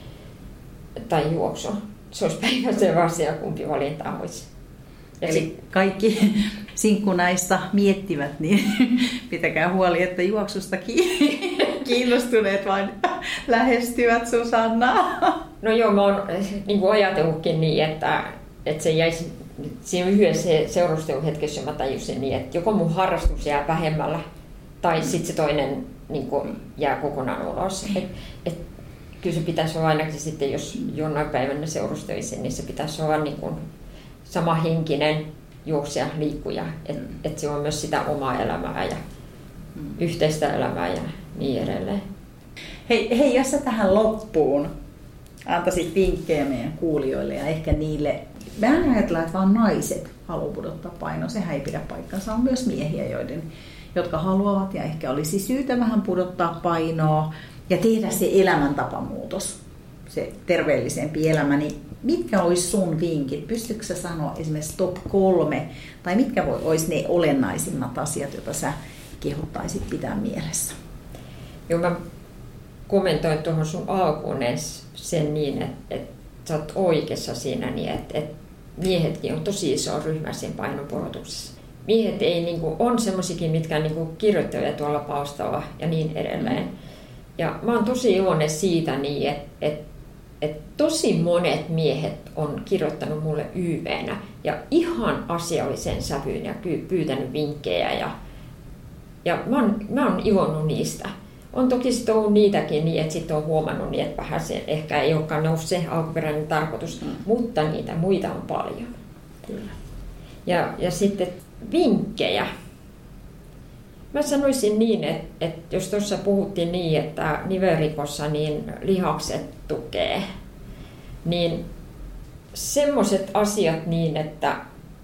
tai juoksu, se olisi päiväselvä asia, kumpi valinta olisi. Eli kaikki sinkkunaista miettivät, niin pitäkää huoli, että juoksusta kiinnostuneet vain lähestyvät Susannaa. No joo, mä oon niin kuin ajatellutkin niin, että se jäisi siinä yhdessä seurusteluhetkessä, mä tajusin niin, että joko mun harrastus jää vähemmällä tai sitten se toinen niin kuin jää kokonaan ulos. Kyllä se pitäisi olla ainakin sitten, jos jonain päivänä seurustelisin, niin se pitäisi olla niin kuin sama henkinen juoksija, liikkuja, että se on myös sitä omaa elämää ja yhteistä elämää ja niin edelleen. Hei, jos sä tähän loppuun antaisit vinkkejä meidän kuulijoille ja ehkä niille, mehän ajatellaan, että vaan naiset haluaa pudottaa painoa, sehän ei pidä paikkansa, on myös miehiä, jotka haluavat ja ehkä olisi syytä vähän pudottaa painoa ja tehdä se elämäntapamuutos, se terveellisempi elämä, niin mitkä olisi sun vinkit? Pystytkö sä sanoa esimerkiksi top 3, tai mitkä olisi ne olennaisimmat asiat, joita sä kehottaisit pitää mielessä? Joo, mä kommentoin tuohon sun alkuun sen niin, että sä oot oikeassa siinä, niin että miehetkin on tosi iso ryhmä siinä painonpudotuksessa. Miehet ei, niin kuin, on semmoisikin, mitkä niin kirjoittelee tuolla palstalla ja niin edelleen. Ja mä oon tosi iloinen siitä, niin, että tosi monet miehet on kirjoittanut mulle YV:nä ja ihan asiallisen sävyyn ja pyytänyt vinkkejä. Ja mä oon ilonnut niistä. On toki sitten ollut niitäkin niin, että sitten on huomannut niin, että vähän se ehkä ei olekaan noussut se alkuperäinen tarkoitus, mutta niitä muita on paljon. Kyllä. Ja sitten vinkkejä. Mä sanoisin niin, että jos tuossa puhuttiin niin, että nivelrikossa niin lihakset tukee, niin semmoiset asiat niin, että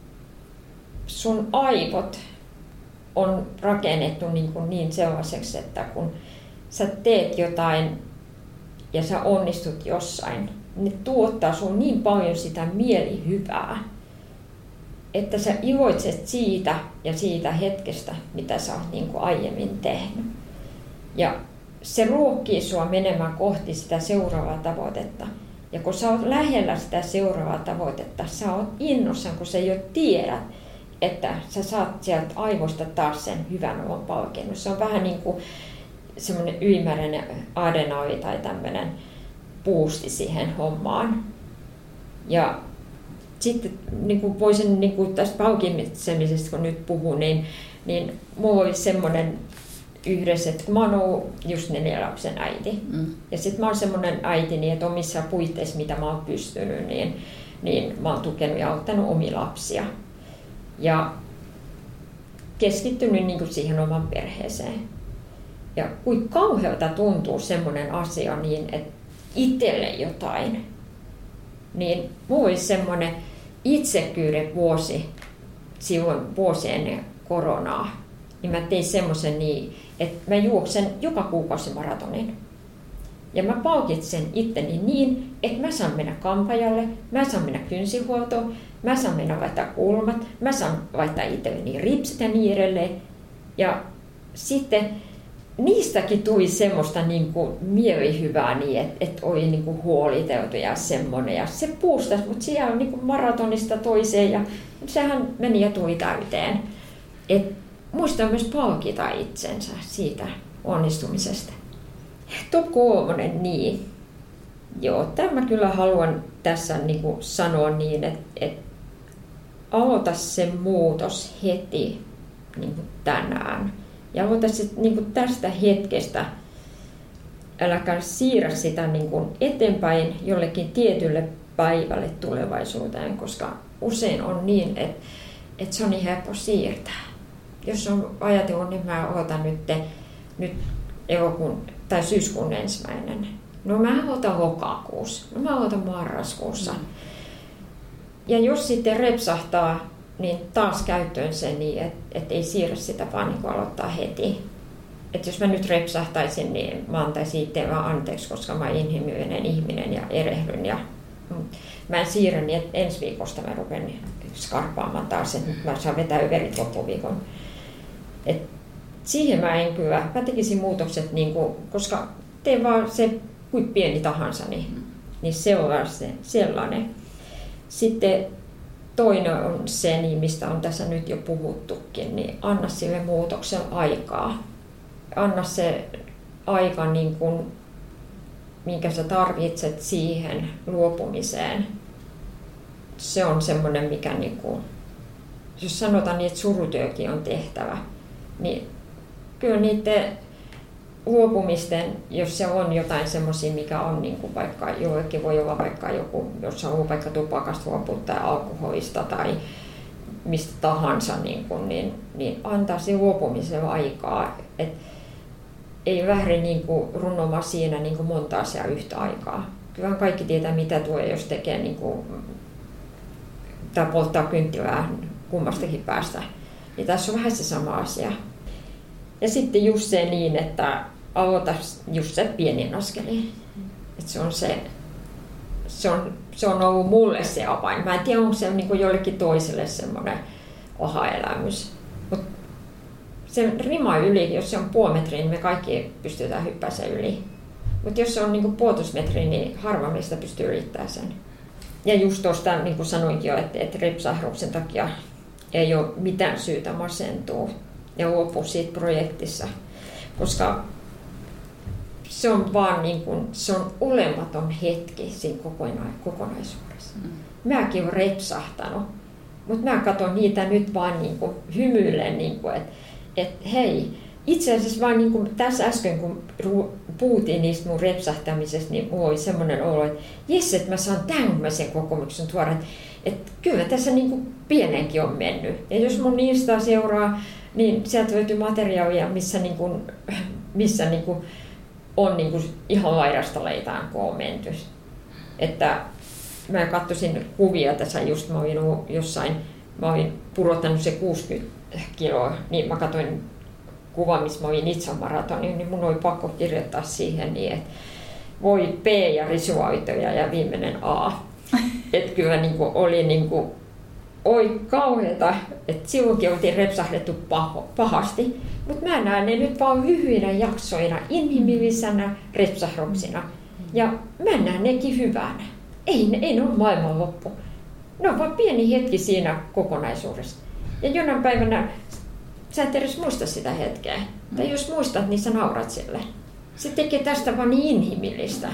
sun aivot on rakennettu niin sellaiseksi, että kun sä teet jotain ja sä onnistut jossain, niin tuottaa sun niin paljon sitä mielihyvää, että sä iloitset siitä ja siitä hetkestä, mitä sä oot niin kuin aiemmin tehnyt. Ja se ruokkii sua menemään kohti sitä seuraavaa tavoitetta. Ja kun sä oot lähellä sitä seuraavaa tavoitetta, sä oot innossaan, kun sä jo tiedät, että sä saat sieltä aivoista taas sen hyvän olon palkinnon. Se on vähän niin kuin semmoinen ylimääräinen adrenaali tai tämmöinen boosti siihen hommaan. Ja sitten niin kuin voisin niin kuin tästä palkitsemisesta, kun nyt puhun, niin mulla oli semmoinen yhdessä, että kun mä oon ollut just 4 lapsen äiti. Ja sitten mä oon semmoinen äiti, niin että omissa puitteissa, mitä mä oon pystynyt, niin mä oon tukenut ja auttanut omia lapsia. ja keskittynyt niin kuin siihen oman perheeseen. Ja kuinka kauhealta tuntuu semmoinen asia niin, että itselle jotain, niin mulla oli semmoinen itsekyyden vuosi ennen koronaa, niin mä tein semmoisen niin, että mä juoksen joka kuukausi maratonin. Ja mä palkitsen itteni niin, että mä saan mennä kampajalle, mä saan mennä kynsihuoltoon, mä saan mennä vaihtaa kulmat, mä saan vaihtaa itselleni ripsit ja niin edelleen. Ja sitten niistäkin tuli semmoista niin kuin mielihyvää niin, että oli niin kuin huoliteltu ja semmoinen. Ja se puustasi, mutta siellä on niin kuin maratonista toiseen ja sehän meni ja tuli täyteen. Muistaa myös palkita itsensä siitä onnistumisesta. Top 3, niin. Joo, tämä kyllä haluan tässä niin kuin sanoa niin, että aloita se muutos heti niin kuin tänään. Ja aloita se niin kuin tästä hetkestä. Äläkä siirrä sitä niin kuin eteenpäin jollekin tietylle päivälle tulevaisuuteen, koska usein on niin, että se on niin helppo siirtää. Jos on ajatellut, niin mä aloitan nyt elokuun tai syyskuun 1. No mä aloitan lokakuussa, no mä aloitan marraskuussa. Ja jos sitten repsahtaa, niin taas käyttöön se niin, että ei siirrä sitä vaan niin kuin aloittaa heti. Että jos mä nyt repsahtaisin, niin mä antaisin itse vaan anteeksi, koska mä oon inhimillinen ihminen ja erehdyn. Ja mä en siirrä niin, että ensi viikosta mä rupean skarpaamaan taas, että mä saan vetää överit loppuviikon. Et siihen mä en kyllä. Mä tekisin muutokset, niin kuin, koska teen vaan se kuin pieni tahansa, niin se on sellainen. Sitten toinen on se, niin mistä on tässä nyt jo puhuttukin, niin anna sille muutoksen aikaa. Anna se aika, niin kuin, minkä sä tarvitset siihen luopumiseen. Se on semmoinen, mikä, niin kuin, jos sanotaan niin, että surutyökin on tehtävä, niin kyllä niiden luopumisten, jos se on jotain semmoisia, mikä on niin kuin vaikka jollekin voi olla vaikka joku, jos on vaikka tupakasta luopua tai alkoholista tai mistä tahansa, niin antaa se luopumisen aikaa. Et ei lähde niin kuin runomaan siinä niin kuin monta asiaa yhtä aikaa. Kyllä kaikki tietää, mitä tulee, jos tekee niin kuin, tai polttaa kynttilää kummastakin päästä. Ja tässä on vähän se sama asia. Ja sitten just se niin, että aloita just se pienin askelin. Että se on ollut mulle se avain. Mä en tiedä, onko se niin kuin jollekin toiselle semmoinen aha-elämys. Mutta sen rima yli, jos se on puoli metriä, niin me kaikki pystytään hyppää sen yli. Mutta jos se on niin kuin 1,5 metriä, niin harva meistä pystyy ylittämään sen. Ja just tuosta, niin kuin sanoinkin jo, että repsahduksen takia ei ole mitään syytä masentua ja luopua siitä projektissa, koska se on vaan niin kuin, se on olematon hetki siinä kokonaisuudessa. Mäkin olen repsahtanut, mutta mä katson niitä nyt vaan niin kuin hymyillen, niin kuin, että hei, itse asiassa vaan niin kuin tässä äsken, kun puhuttiin niistä mun repsahtamisesta, niin mulla oli semmoinen olo, että jes, että mä saan tämmöisen kokemuksen tuoda, että kyllä tässä niin kuin pienenkin on mennyt. Ja jos mun Instaa seuraa, niin sieltä löytyy materiaalia, missä on ihan laidasta leitaan, kun on menty. Että mä katsoisin kuvia tässä just, mä olin pudottanut se 60 kiloa, niin mä katsoin kuva, missä mä olin itse maratonin, niin mun oli pakko kirjoittaa siihen niin, että voi P ja risuaitoja ja viimeinen A. Että kyllä oli oi kauheeta, että silloinkin oltiin repsahdettu pahasti, mutta mä näen ne nyt vaan lyhyinä jaksoina, inhimillisenä repsahduksina. Ja mä näen nekin hyvänä. Ei ne ole maailmanloppu. Ne on vaan pieni hetki siinä kokonaisuudessa. Ja jonain päivänä sä et edes muista sitä hetkeä. Tai jos muistat, niin sä naurat sille. Se tekee tästä vaan niin inhimillistä.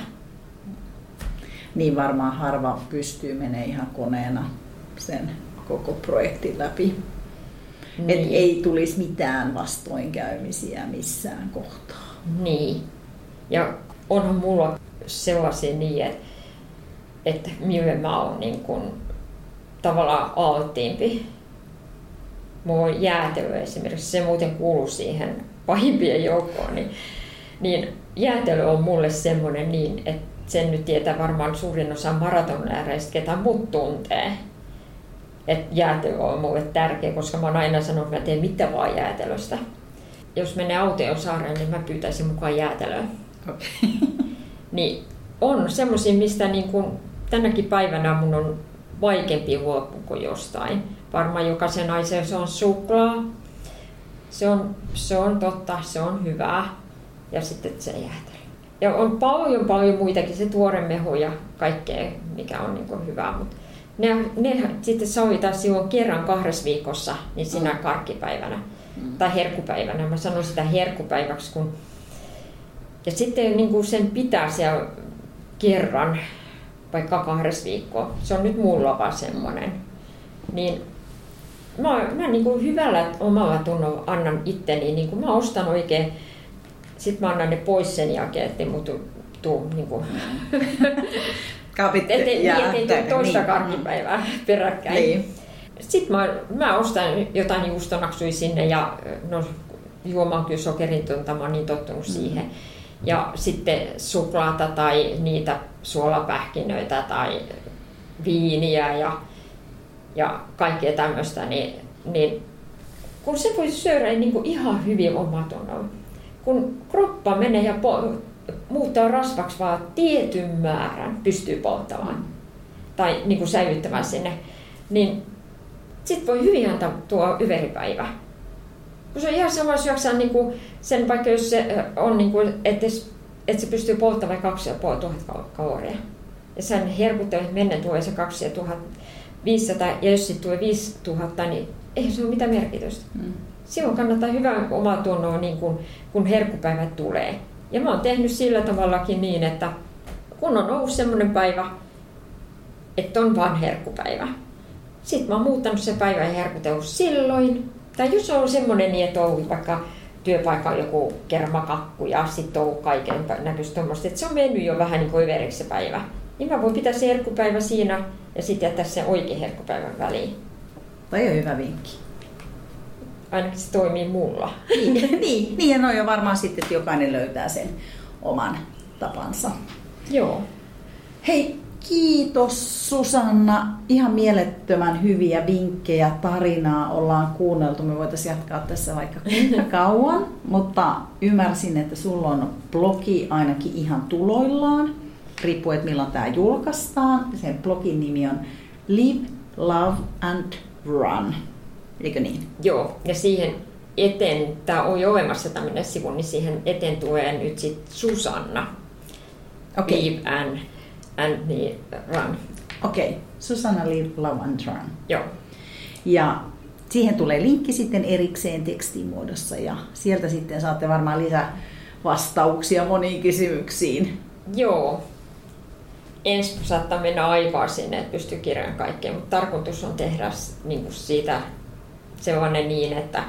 Niin varmaan harva pystyy menemään ihan koneena sen koko projektin läpi. Niin. Et ei tulisi mitään vastoinkäymisiä missään kohtaa. Niin. Ja onhan mulla sellaisia niin, että mille mä oon niin kuin tavallaan alttiimpi. mulla on jäätelö esimerkiksi, se muuten kuuluu siihen pahimpien joukkoon, niin jäätelö on mulle semmoinen niin, että sen nyt tietää varmaan suurin osa maratonläireistä, ketä mut tuntee. Että jäätelö on mulle tärkeä, koska mä oon aina sanonut, että mä teen mitä vaan jäätelöstä. Jos menee Autiosaareen, niin mä pyytäisin mukaan jäätelöä. Okay. Niin on semmoisia, mistä niin kun tänäkin päivänä mun on vaikeampi luopua kuin jostain. Varmaan jokaisen naisen se on suklaa. Se on totta, se on hyvää. Ja sitten se jäätelö. Ja on paljon muitakin, se tuoremehu ja kaikkea, mikä on niin kuin hyvää. Mutta ne sitten sovitaan silloin kerran 2 viikossa, niin sinä karkkipäivänä tai herkkupäivänä. Mä sanon sitä herkkupäiväksi. Ja sitten niin kuin sen pitää siellä kerran, vaikka 2 viikkoa. Se on nyt mulla vaan semmoinen. Niin mä niin kuin hyvällä omalla tunnolla annan itteni, niin kuin mä ostan oikein. Sitten mä annan ne pois sen jälkeen, ettei muu tuu niinku ettei tule toista karkkipäivää peräkkäin. Niin. Sitten mä ostan jotain juustonaksuja sinne ja juomaan kyllä sokerin tunta, mä oon niin tottunut siihen. Ja sitten suklaata tai niitä suolapähkinöitä tai viiniä ja kaikkea tämmöistä, niin kun se voi syödä niin kuin ihan hyvin omatunnolla. Kun kroppa menee ja muuttaa rasvaksi vaan tietyn määrän, pystyy polttamaan tai niin kuin säilyttämään sinne, niin sitten voi hyvin antaa tuo yveripäivä. Kun se on ihan sama, jos jaksaa niin kuin sen, vaikka jos se on, niin kuin, että se pystyy polttamaan 2500 kaloria. Ja sen herkuttelut menneen tulee se 2500 ja jos sitten tulee 5000, niin eihän se ole mitään merkitystä. Silloin kannattaa hyvää omaa tunnoa niin kun herkkupäivät tulee. Ja mä oon tehnyt sillä tavallakin niin, että kun on ollut semmoinen päivä, että on vaan herkkupäivä. Sitten mä oon muuttanut se päivän ja herkutellut silloin. Tai jos on ollut semmoinen niin, että on ollut vaikka työpaikalla joku kermakakku ja sitten on ollut kaiken näköistä tommoista, että se on mennyt jo vähän niin kuin yveriksi se päivä. Niin mä voin pitää se herkkupäivä siinä ja sitten jättää sen oikein herkkupäivän väliin. Toi on hyvä vinkki. Ainakin se toimii mulla. niin ja noin on varmaan sitten, että jokainen löytää sen oman tapansa. Joo. Hei, kiitos Susanna. Ihan mielettömän hyviä vinkkejä, tarinaa ollaan kuunneltu. Me voitaisiin jatkaa tässä vaikka kuinka kauan, mutta ymmärsin, että sulla on blogi ainakin ihan tuloillaan. Riippuu, että milloin tämä julkaistaan. Sen blogin nimi on Live, Love and Run. Eikö niin? Joo, ja siihen eteen, tämä on jo olemassa tämmöinen sivu, niin siihen eteen tulee nyt sitten Susanna. Okay. Live and Run. Okei, Susanna Live, Love and Run. Joo. Ja siihen tulee linkki sitten erikseen tekstimuodossa ja sieltä sitten saatte varmaan lisää vastauksia moniin kysymyksiin. Joo. Ensin saattaa mennä aikaa sinne, että pystyy kirjaamaan kaikkea, mutta tarkoitus on tehdä niin kuin siitä sellainen niin,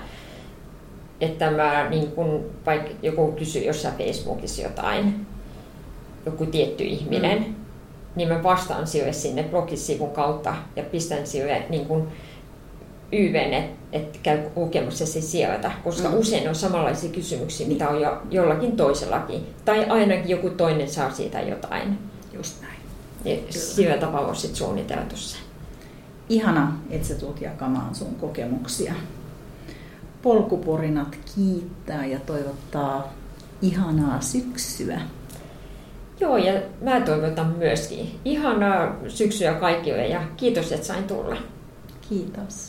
että mä, niin kuin, vaikka joku kysyy jossain Facebookissa jotain, joku tietty ihminen, niin mä vastaan sille sinne blogisivun kautta ja pistän sille niin kuin YVn, että käy lukemassa se sieltä, koska usein on samanlaisia kysymyksiä, mitä on jo jollakin toisellakin. Tai ainakin joku toinen saa siitä jotain. Just näin. Ja sillä tavalla on sitten suunniteltu se. Ihana, että sä tulet jakamaan sun kokemuksia. Polkuporinat kiittää ja toivottaa ihanaa syksyä. Joo, ja mä toivotan myöskin ihanaa syksyä kaikille ja kiitos, että sain tulla. Kiitos.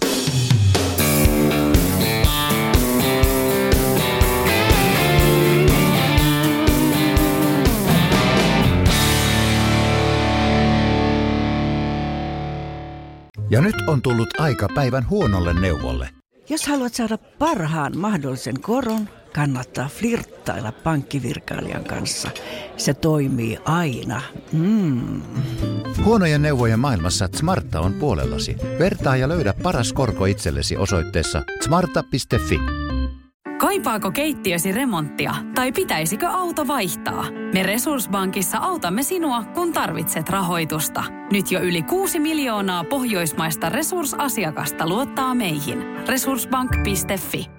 Ja nyt on tullut aika päivän huonolle neuvolle. Jos haluat saada parhaan mahdollisen koron, kannattaa flirttailla pankkivirkailijan kanssa. Se toimii aina. Huonojen neuvojen maailmassa Smarta on puolellasi. Vertaa ja löydä paras korko itsellesi osoitteessa smarta.fi. Kaipaako keittiösi remonttia tai pitäisikö auto vaihtaa? Me Resurssbankissa autamme sinua, kun tarvitset rahoitusta. Nyt jo yli 6 miljoonaa pohjoismaista resursasiakasta luottaa meihin. Resurssbank.fi